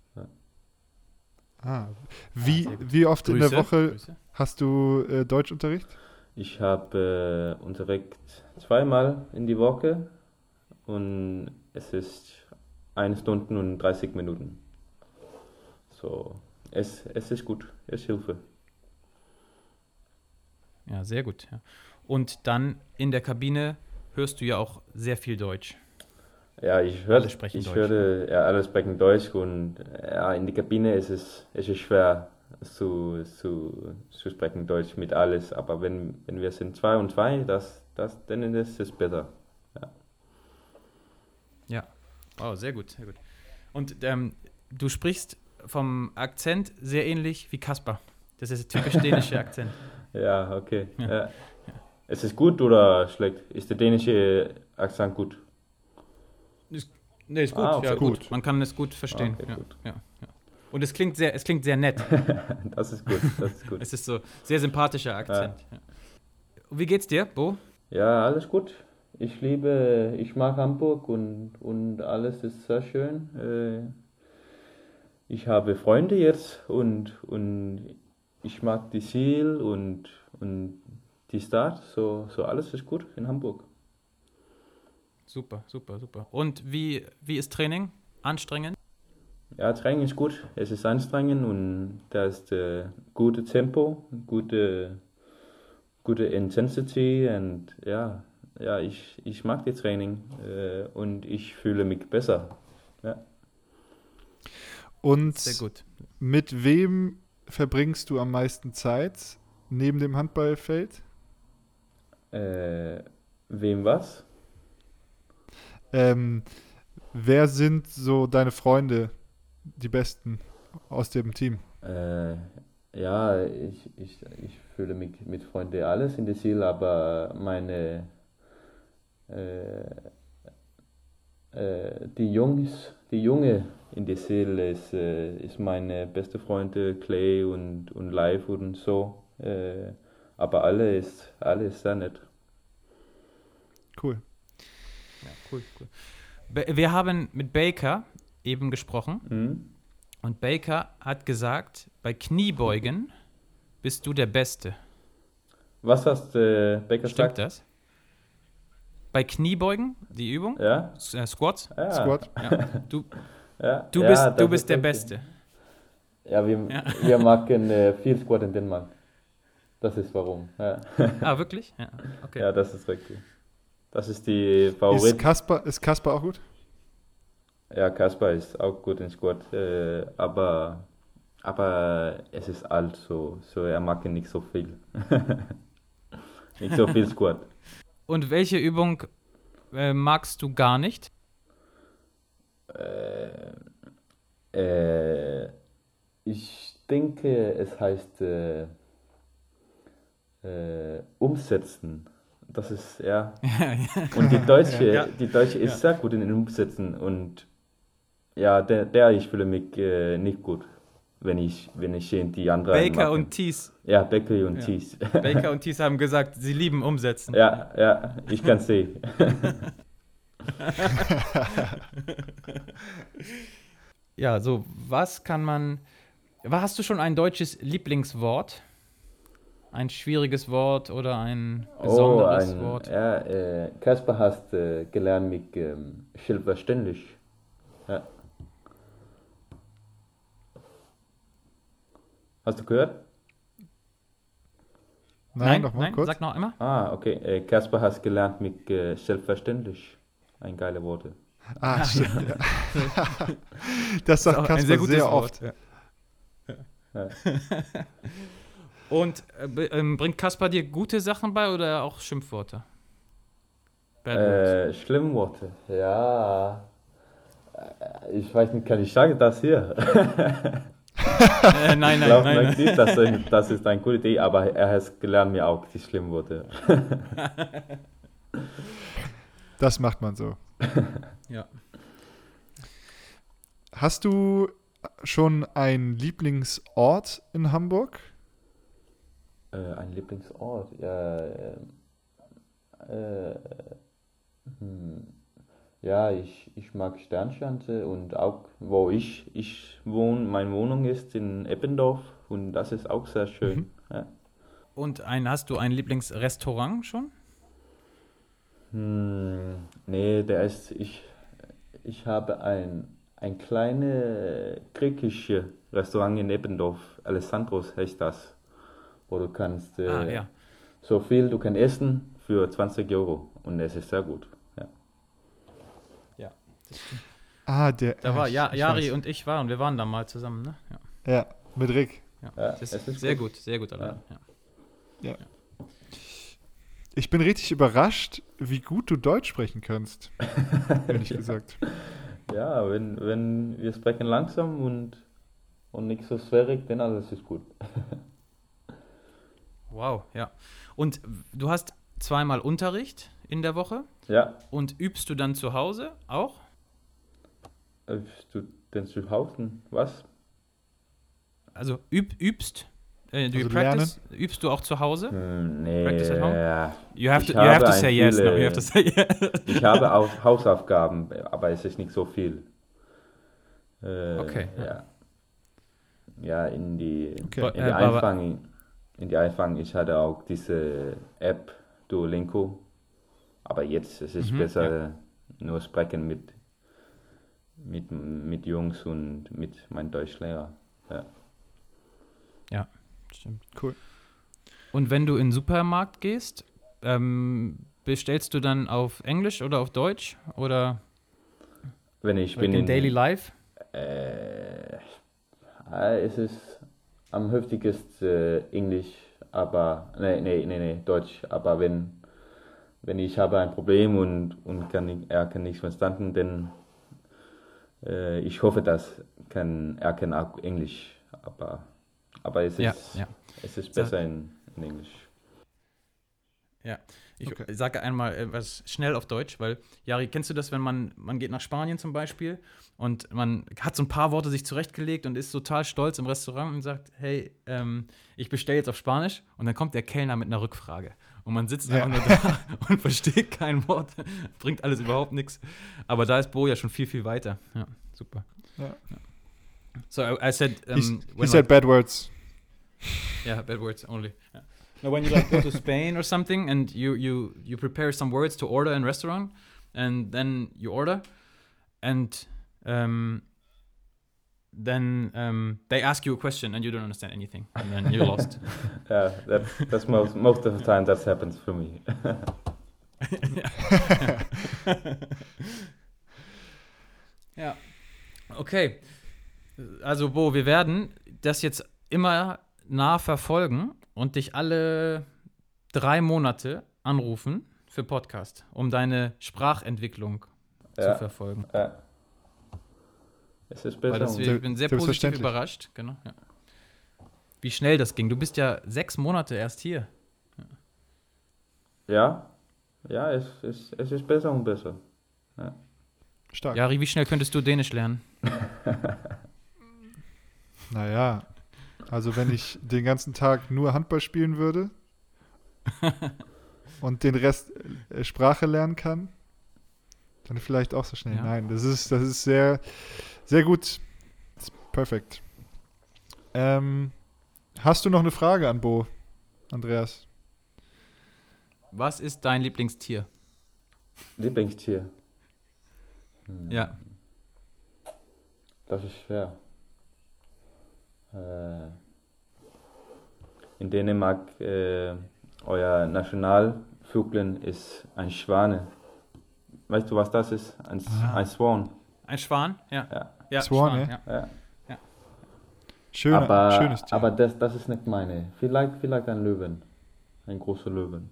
Ah. Wie, sehr gut. wie oft in der Grüße. Woche Grüße. hast du äh, Deutschunterricht? Ich habe äh, Unterricht zweimal in die Woche und es ist eine Stunde und dreißig Minuten. So, es, es ist gut, es hilft. Ja, sehr gut. Ja. Und dann in der Kabine hörst du ja auch sehr viel Deutsch. Ja, ich höre, Alle sprechen ich Deutsch. höre, ja, alle sprechen Deutsch und ja, in der Kabine ist es, es ist schwer zu, zu, zu sprechen Deutsch mit alles, aber wenn, wenn wir sind zwei und zwei, das, das, dann ist es besser. Ja. Oh, sehr gut, sehr gut. Und ähm, du sprichst vom Akzent sehr ähnlich wie Kaspar. Das ist der typisch dänische Akzent. Ja, okay. Ja. Ja. Ist es gut oder schlecht? Ist der dänische Akzent gut? Nee, ist gut. Ah, okay. Ja, gut. Gut. Man kann es gut verstehen. Okay, ja, gut. Ja, ja. Und es klingt sehr, es klingt sehr nett. Das ist gut, das ist gut. Es ist so sehr sympathischer Akzent. Ja. Wie geht's dir, Bo? Ja, alles gut. Ich liebe, ich mag Hamburg und, und alles ist sehr schön. Äh, Ich habe Freunde jetzt und, und ich mag die Ziel und, und die Stadt. So, so alles ist gut in Hamburg. Super, super, super. Und wie, wie ist Training? Anstrengend? Ja, Training ist gut. Es ist anstrengend und da ist äh, gute Tempo, gute, gute Intensity und ja, ja ich, ich mag die Training äh, und ich fühle mich besser. Ja. Und Sehr gut. mit wem verbringst du am meisten Zeit neben dem Handballfeld? Äh, wem was? Ähm, wer sind so deine Freunde, die besten aus dem Team? Äh, ja, ich, ich, ich fühle mich mit Freunden alles in der Ziel, aber meine äh, äh, die Jungs, die Junge in der Ziel ist, äh, ist meine beste Freunde Clay und, und Live und so. Äh, aber alle ist, alle ist sehr nett. Cool. Ja, cool, cool. Ba- Wir haben mit Baker eben gesprochen Mhm. und Baker hat gesagt, bei Kniebeugen bist du der Beste. Was hast äh, Becker Stimmt gesagt? das? Bei Kniebeugen, die Übung, Ja? S- äh, Squats, Ja. Squad. ja, du, Ja. du Ja, bist, das du ist bist der richtig. Beste. Ja, wir, Ja. wir machen äh, viel Squat in Dänemark. Das ist warum. Ja. Ah, wirklich? Ja, okay. Ja, das ist richtig. Das ist die Ist Favorit. Kasper, ist Kasper auch gut? Ja, Kaspar ist auch gut in Squat, äh, aber, aber es ist alt, so, so er mag nicht so viel. Nicht so viel Squat. Und welche Übung äh, magst du gar nicht? Äh, äh, ich denke, es heißt äh, äh, umsetzen. Das ist, ja. Und die Deutsche, Ja. die Deutsche ist sehr gut in den Umsetzen und ja, der, der ich fühle mich äh, nicht gut, wenn ich, wenn ich in die anderen Baker mache. und Thies. Ja, Becker und Ja. Thies. Baker und Thies haben gesagt, sie lieben Umsetzen. Ja, ja, ich kann sehen. Ja, so, was kann man. wa- Hast du schon ein deutsches Lieblingswort? Ein schwieriges Wort oder ein besonderes ein, Wort? Ja, äh, Kasper hast äh, gelernt mich ähm, selbstverständlich. Ja. Hast du gehört? Nein, noch mal kurz. sag noch einmal. Ah, okay. Äh, Kasper hast gelernt mich äh, selbstverständlich. Ein geile Worte. Ah, stimmt. Ja. Das Ist auch sagt ein Kasper sehr sehr, gutes oft. Wort. Ja. Und äh, be- ähm, bringt Kaspar dir gute Sachen bei oder auch Schimpfworte? Bad Words. Äh, Schlimmworte. Ja. Äh, Ich weiß nicht, kann ich sagen das hier? Äh, nein, nein, Glaub nein. mir nicht, das, das ist eine gute Idee, aber er hat gelernt mir auch die Schlimmworte. Das macht man so. Ja. Hast du schon einen Lieblingsort in Hamburg? Äh, ein Lieblingsort, ja. Äh, äh, hm. Ja, ich, ich mag Sternschanze und auch, wo ich, ich wohne, meine Wohnung ist in Eppendorf und das ist auch sehr schön. Mhm. Ja. Und ein, hast du ein Lieblingsrestaurant schon? Hm, nee, der ist, ich, ich habe ein, ein kleines griechisches Restaurant in Eppendorf, Alessandros heißt das, wo du kannst äh, Ah, ja. so viel du kannst essen für zwanzig Euro und es ist sehr gut. Ja. Ja. Das stimmt. Ah, der. Da ah, war ich- ja, ich Jari weiß. und ich waren, wir waren da mal zusammen, ne? Ja. Ja, mit Rick. Ja. Ja, Das ist, es ist sehr gut. gut, sehr gut, allein. Ja. Ich bin richtig überrascht, wie gut du Deutsch sprechen kannst. Ehrlich gesagt. Ja, wenn, wenn wir sprechen langsam und, und nicht so schwierig, dann alles ist gut. Wow, ja. Und du hast zweimal Unterricht in der Woche Ja, und übst du dann zu Hause auch? übst du denn zu Hause? Was? Also üb, übst? Äh, do you Also practice? Übst du auch zu Hause? Hm, nee, Practice at home? ja. You have Ich to, you have habe to ein say yes. No, viele- you have to say yes. Ich habe auch Hausaufgaben, aber es ist nicht so viel. Äh, Okay. Ja, ja in die, Okay. in die Äh, aber- Anfang, in die Anfang, ich hatte auch diese App Duolingo, aber jetzt es ist Mhm, besser nur sprechen mit, mit, mit Jungs und mit meinem Deutschlehrer. Ja. Stimmt. Cool. Und wenn du in den Supermarkt gehst, ähm, bestellst du dann auf Englisch oder auf Deutsch? Oder Wenn ich like bin in in Daily Life? Äh, äh, es ist am häufigsten äh, Englisch, aber nee, nee, nee, nee, Deutsch. Aber wenn, wenn ich habe ein Problem und, und kann nicht, er kann nicht verstanden, dann äh, ich hoffe, dass kann, er kann auch Englisch. Aber, aber es ist, Ja, ja. es ist besser in, in Englisch. Ich Okay. sage einmal etwas schnell auf Deutsch, weil, Jari, kennst du das, wenn man, man geht nach Spanien zum Beispiel und man hat so ein paar Worte sich zurechtgelegt und ist total stolz im Restaurant und sagt, hey, ähm, ich bestelle jetzt auf Spanisch und dann kommt der Kellner mit einer Rückfrage und man sitzt Ja. einfach nur da und versteht kein Wort, bringt alles überhaupt nichts. Aber da ist Bo ja schon viel, viel weiter. Ja, super. Ja. So I, I said, um, He, he when said bad words. Yeah, bad words only. Yeah. No, when you like go to Spain or something and you you you prepare some words to order in restaurant and then you order and um, then um, they ask you a question and you don't understand anything and then you're lost. Yeah, that's, that's most, most of the time that happens for me. Ja. Okay. Also Bo, wir werden das jetzt immer nah verfolgen und dich alle drei Monate anrufen für Podcast, um deine Sprachentwicklung zu Ja. verfolgen. Ja. Es ist Weil besser. das, und- ich bin sehr positiv Selbstverständlich. überrascht. Genau, ja. Wie schnell das ging. Du bist ja sechs Monate erst hier. Ja, ja, es, es, es ist besser und besser. Stark. Jari, wie schnell könntest du Dänisch lernen? Naja, also wenn ich den ganzen Tag nur Handball spielen würde und den Rest äh, Sprache lernen kann, dann vielleicht auch so schnell. Ja. Nein, das ist, das ist sehr, sehr gut. Das ist perfekt. Ähm, hast du noch eine Frage an Bo, Andreas? Was ist dein Lieblingstier? Lieblingstier. Hm, Ja. Das ist schwer. Äh, in Dänemark, äh, euer Nationalvogel ist ein Schwane. Weißt du, was das ist? Ein, Ah. ein Swan. Ein Schwan? Ja. Ja. ja Swan, ja. ja. Ja. Schön, aber schönes Tier. aber das, das ist nicht meine. Vielleicht, vielleicht ein Löwen. Ein großer Löwen.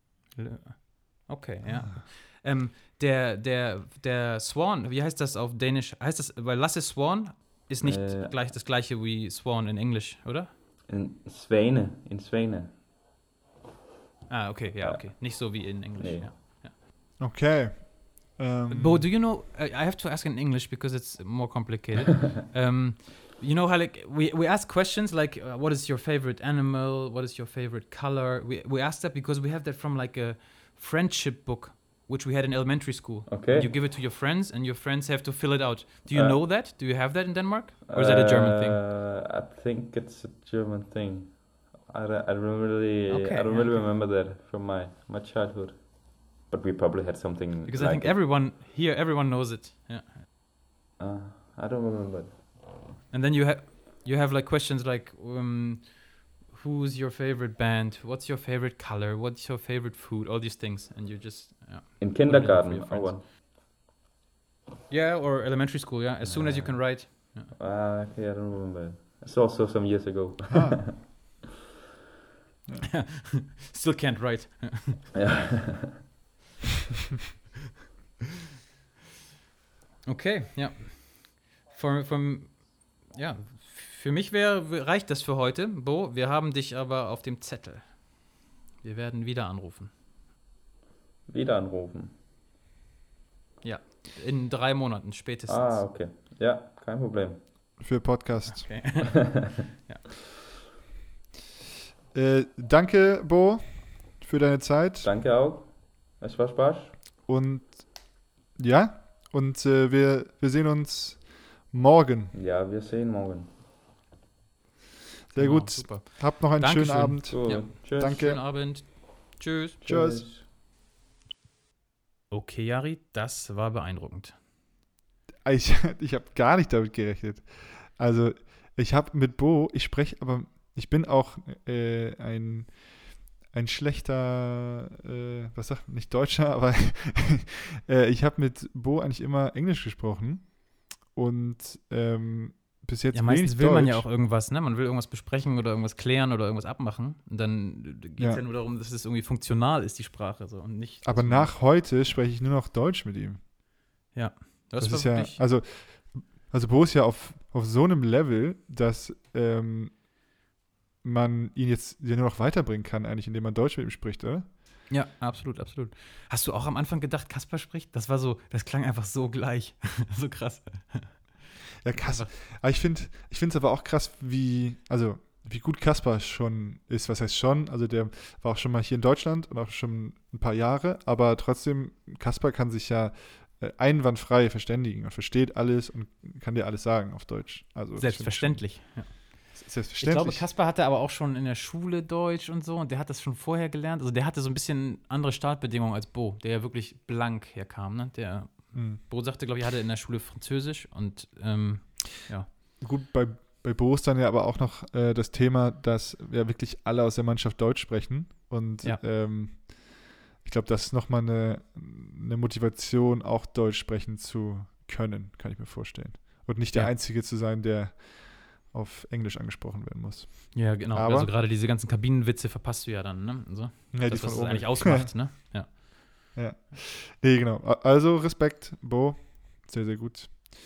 Okay, ja. Ähm, der, der, der Swan, wie heißt das auf Dänisch? Heißt das, weil Lasse Swan ist nicht Äh. gleich das gleiche wie Swan in Englisch, oder? In Schwäne. In Schwäne. Ah, okay, ja, Ja. okay. Nicht so wie in Englisch, Nee. ja. Okay. Ähm, Bo, do you know? Uh, I have to ask in English because it's more complicated. um, you know how like we, we ask questions like uh, what is your favorite animal? What is your favorite color? We we ask that because we have that from like a friendship book which we had in elementary school. Okay. And you give it to your friends, and your friends have to fill it out. Do you Uh, know that? Do you have that in Denmark, or is that a German thing? Uh, I think it's a German thing. I, don't- I don't really, Okay, I don't yeah, really okay. remember that from my, my childhood. But we probably had something Because like I think it. everyone here, everyone knows it. Yeah. Uh, I don't remember it. And then you have you have like questions like um, who's your favorite band? What's your favorite color? What's your favorite food? All these things, and you just yeah. In kindergarten, your or friends. what? Yeah, or elementary school. Yeah, as soon as you can write. Uh, okay, I don't remember it. It's also some years ago. ah, Still can't write. Yeah. Okay, ja. Vom, vom, ja, für mich wär, reicht das für heute, Bo. Wir haben dich aber auf dem Zettel. Wir werden wieder anrufen. Wieder anrufen. In drei Monaten spätestens. Ah, okay. Ja, kein Problem. für Podcast. Okay. Äh, danke, Bo, für deine Zeit. Danke auch. Es war Spaß. Und ja, und äh, wir, wir sehen uns morgen. Ja, wir sehen morgen. Sehr Genau, gut. Super. Habt noch einen Dankeschön. schönen Abend. So, Ja. tschüss. Danke. Schönen Abend. Tschüss. Tschüss. Okay, Jari, das war beeindruckend. Ich, ich habe gar nicht damit gerechnet. Also, ich habe mit Bo, ich spreche, aber ich bin auch äh, ein, ein schlechter, äh, was sagt man, nicht Deutscher, aber äh, ich habe mit Bo eigentlich immer Englisch gesprochen und ähm, bis jetzt Ja, meistens wenig will Deutsch. man ja auch irgendwas, ne? Man will irgendwas besprechen oder irgendwas klären oder irgendwas abmachen. Und dann geht es ja. Ja. nur darum, dass es irgendwie funktional ist, die Sprache. So, und nicht, Aber dass man- nach heute spreche ich nur noch Deutsch mit ihm. Ja, Das, war ist ja, wirklich- also, also Bo ist ja auf, auf so einem Level, dass ähm, man ihn jetzt ja nur noch weiterbringen kann, eigentlich, indem man Deutsch mit ihm spricht, oder? Ja, absolut, absolut. Hast du auch am Anfang gedacht, Kasper spricht? Das war so, das klang einfach so gleich. So krass. Ja, krass. Aber ich finde ich finde es aber auch krass, wie, also wie gut Kaspar schon ist. Was heißt schon? Also der war auch schon mal hier in Deutschland und auch schon ein paar Jahre, aber trotzdem, Kaspar kann sich ja äh, einwandfrei verständigen und versteht alles und kann dir alles sagen auf Deutsch. Also das Selbstverständlich. Ja. find ich schon- Ich Selbstverständlich. glaube, Kaspar hatte aber auch schon in der Schule Deutsch und so und der hat das schon vorher gelernt. Also der hatte so ein bisschen andere Startbedingungen als Bo, der ja wirklich blank herkam. Ne? Der Mhm. Bo sagte, glaube ich, er hatte in der Schule Französisch und ähm, Gut, bei, bei Bo ist dann ja aber auch noch äh, das Thema, dass ja wirklich alle aus der Mannschaft Deutsch sprechen. Und Ja. ähm, ich glaube, das ist nochmal eine, eine Motivation, auch Deutsch sprechen zu können, kann ich mir vorstellen. Und nicht der Ja. Einzige zu sein, der auf Englisch angesprochen werden muss. ja, genau. Aber- also gerade diese ganzen Kabinenwitze verpasst du ja dann, ne? Und so. Ja, das, was es eigentlich ausmacht, ne? Ja. Nee, genau. Also Respekt, Bo. Sehr, sehr gut.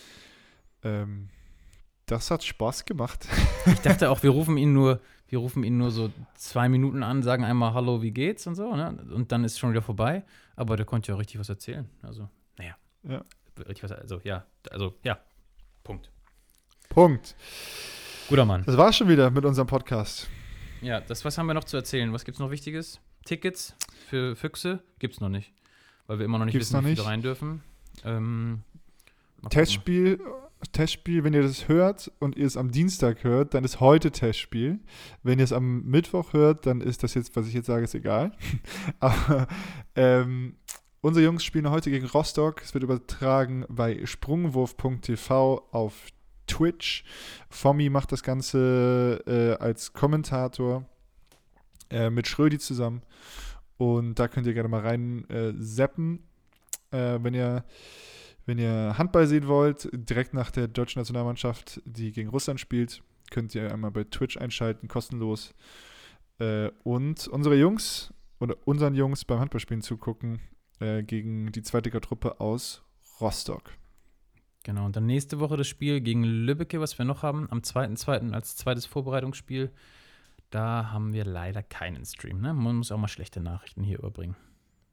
Ähm, das hat Spaß gemacht. Ich dachte auch, wir rufen ihn nur, wir rufen ihn nur so zwei Minuten an, sagen einmal Hallo, wie geht's und so, ne? Und dann ist schon wieder vorbei. Aber der konnte ja richtig was erzählen. Also, naja. Ja. Richtig was, also, ja, also, ja. Punkt. Punkt. Guter Mann. Das war's schon wieder mit unserem Podcast. Ja, das, was haben wir noch zu erzählen? Was gibt's noch Wichtiges? Tickets für Füchse gibt's noch nicht. Weil wir immer noch nicht Gibt's wissen, noch wie viele nicht? rein dürfen. Ähm, mal gucken. Testspiel, Testspiel, wenn ihr das hört und ihr es am Dienstag hört, dann ist heute Testspiel. Wenn ihr es am Mittwoch hört, dann ist das jetzt, was ich jetzt sage, ist egal. Aber ähm, unsere Jungs spielen heute gegen Rostock. Es wird übertragen bei sprungwurf punkt t v auf Twitch. Fommi macht das Ganze äh, als Kommentator äh, mit Schrödi zusammen. Und da könnt ihr gerne mal rein äh, zappen, äh, wenn ihr Wenn ihr Handball sehen wollt, direkt nach der deutschen Nationalmannschaft, die gegen Russland spielt, könnt ihr einmal bei Twitch einschalten, kostenlos. Äh, und unsere Jungs oder unseren Jungs beim Handballspielen zugucken äh, gegen die Zweitliga-Truppe aus Rostock. Genau, und dann nächste Woche das Spiel gegen Lübbecke, was wir noch haben, am zweiten zweiten als zweites Vorbereitungsspiel. Da haben wir leider keinen Stream, ne? Man muss auch mal schlechte Nachrichten hier überbringen.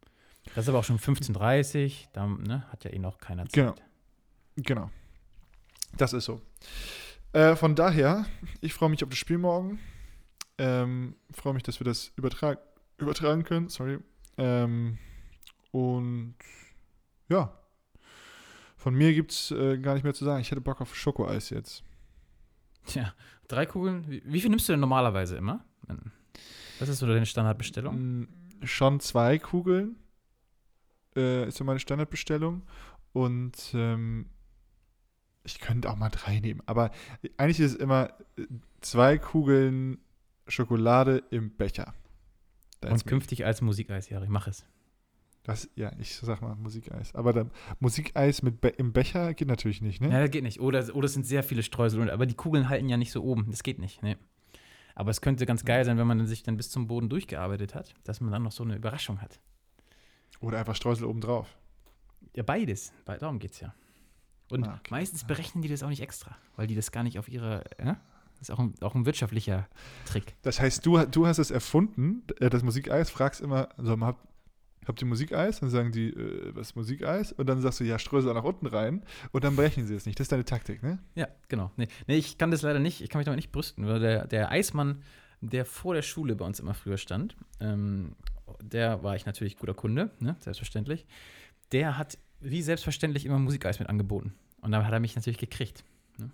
Das ist aber auch schon fünfzehn Uhr dreißig, da ne, hat ja eh noch keiner Zeit. Genau. Genau. Das ist so. Äh, von daher, ich freue mich auf das Spiel morgen. Ähm, freue mich, dass wir das übertrag- übertragen können. Sorry. Ähm, und ja, von mir gibt es äh, gar nicht mehr zu sagen. Ich hätte Bock auf Schokoeis jetzt. Tja, drei Kugeln. Wie, wie viel nimmst du denn normalerweise immer? Was ist so deine Standardbestellung? Mm, schon zwei Kugeln äh, ist so meine Standardbestellung. Und ähm, ich könnte auch mal drei nehmen. Aber eigentlich ist es immer äh, zwei Kugeln Schokolade im Becher. That's Und me. künftig als Musikeis, Jari, mach es. Das, ja, ich sag mal Musikeis. Aber dann Musikeis mit Be- im Becher geht natürlich nicht, ne? Ja, das geht nicht. Oder, oder es sind sehr viele Streusel. Und, aber die Kugeln halten ja nicht so oben. Das geht nicht, ne. Aber es könnte ganz geil sein, wenn man sich dann bis zum Boden durchgearbeitet hat, dass man dann noch so eine Überraschung hat. Oder einfach Streusel oben drauf. Ja, beides. Be- Darum geht's ja. Und Ah, okay. meistens berechnen die das auch nicht extra, weil die das gar nicht auf ihre, ja? Das ist auch ein, auch ein wirtschaftlicher Trick. Das heißt, du, du hast es erfunden, äh, das Musikeis, fragst immer, so, habt, habt ihr Musikeis? Dann sagen die, äh, was ist Musikeis? Und dann sagst du, ja, Streusel nach unten rein. Und dann berechnen sie es nicht. Das ist deine Taktik, ne? Ja, genau. Nee, nee, ich kann das leider nicht, ich kann mich damit nicht brüsten, weil der, der Eismann, der vor der Schule bei uns immer früher stand, ähm, der war ich natürlich guter Kunde, ne, selbstverständlich. Der hat wie selbstverständlich immer Musikeis mit angeboten. Und dann hat er mich natürlich gekriegt. Ne?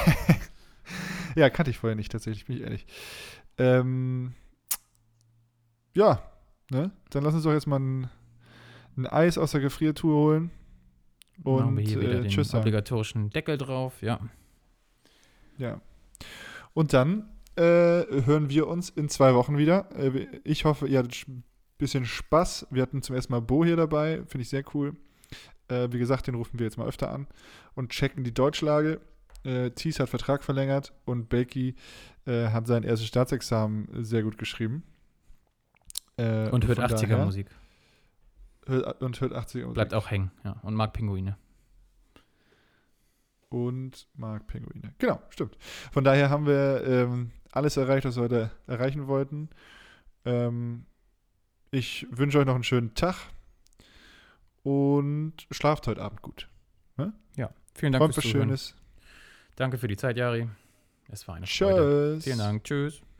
Ja, kannte ich vorher nicht, tatsächlich, bin ich ehrlich. Ähm, ja, ne? Dann lass uns doch jetzt mal ein, ein Eis aus der Gefriertruhe holen. Machen Und wir hier wieder äh, den tschüss sagen. obligatorischen Deckel drauf, ja. Ja. Und dann äh, hören wir uns in zwei Wochen wieder. Äh, ich hoffe, ihr hattet ein bisschen Spaß. Wir hatten zum ersten Mal Bo hier dabei. Finde ich sehr cool. Äh, wie gesagt, den rufen wir jetzt mal öfter an und checken die Deutschlage. Äh, Thies hat Vertrag verlängert und Belki äh, hat sein erstes Staatsexamen sehr gut geschrieben. Äh, Und hört von achtziger daher- Musik. Hört, und hört achtziger Musik. Bleibt auch hängen, ja. Und mag Pinguine. Und mag Pinguine. Genau, stimmt. Von daher haben wir ähm, alles erreicht, was wir heute erreichen wollten. Ähm, ich wünsche euch noch einen schönen Tag und schlaft heute Abend gut. Ja, vielen Dank Träumt fürs was Zuhören. Schönes. Danke für die Zeit, Jari. Es war eine Freude. Tschüss. Vielen Dank. Tschüss.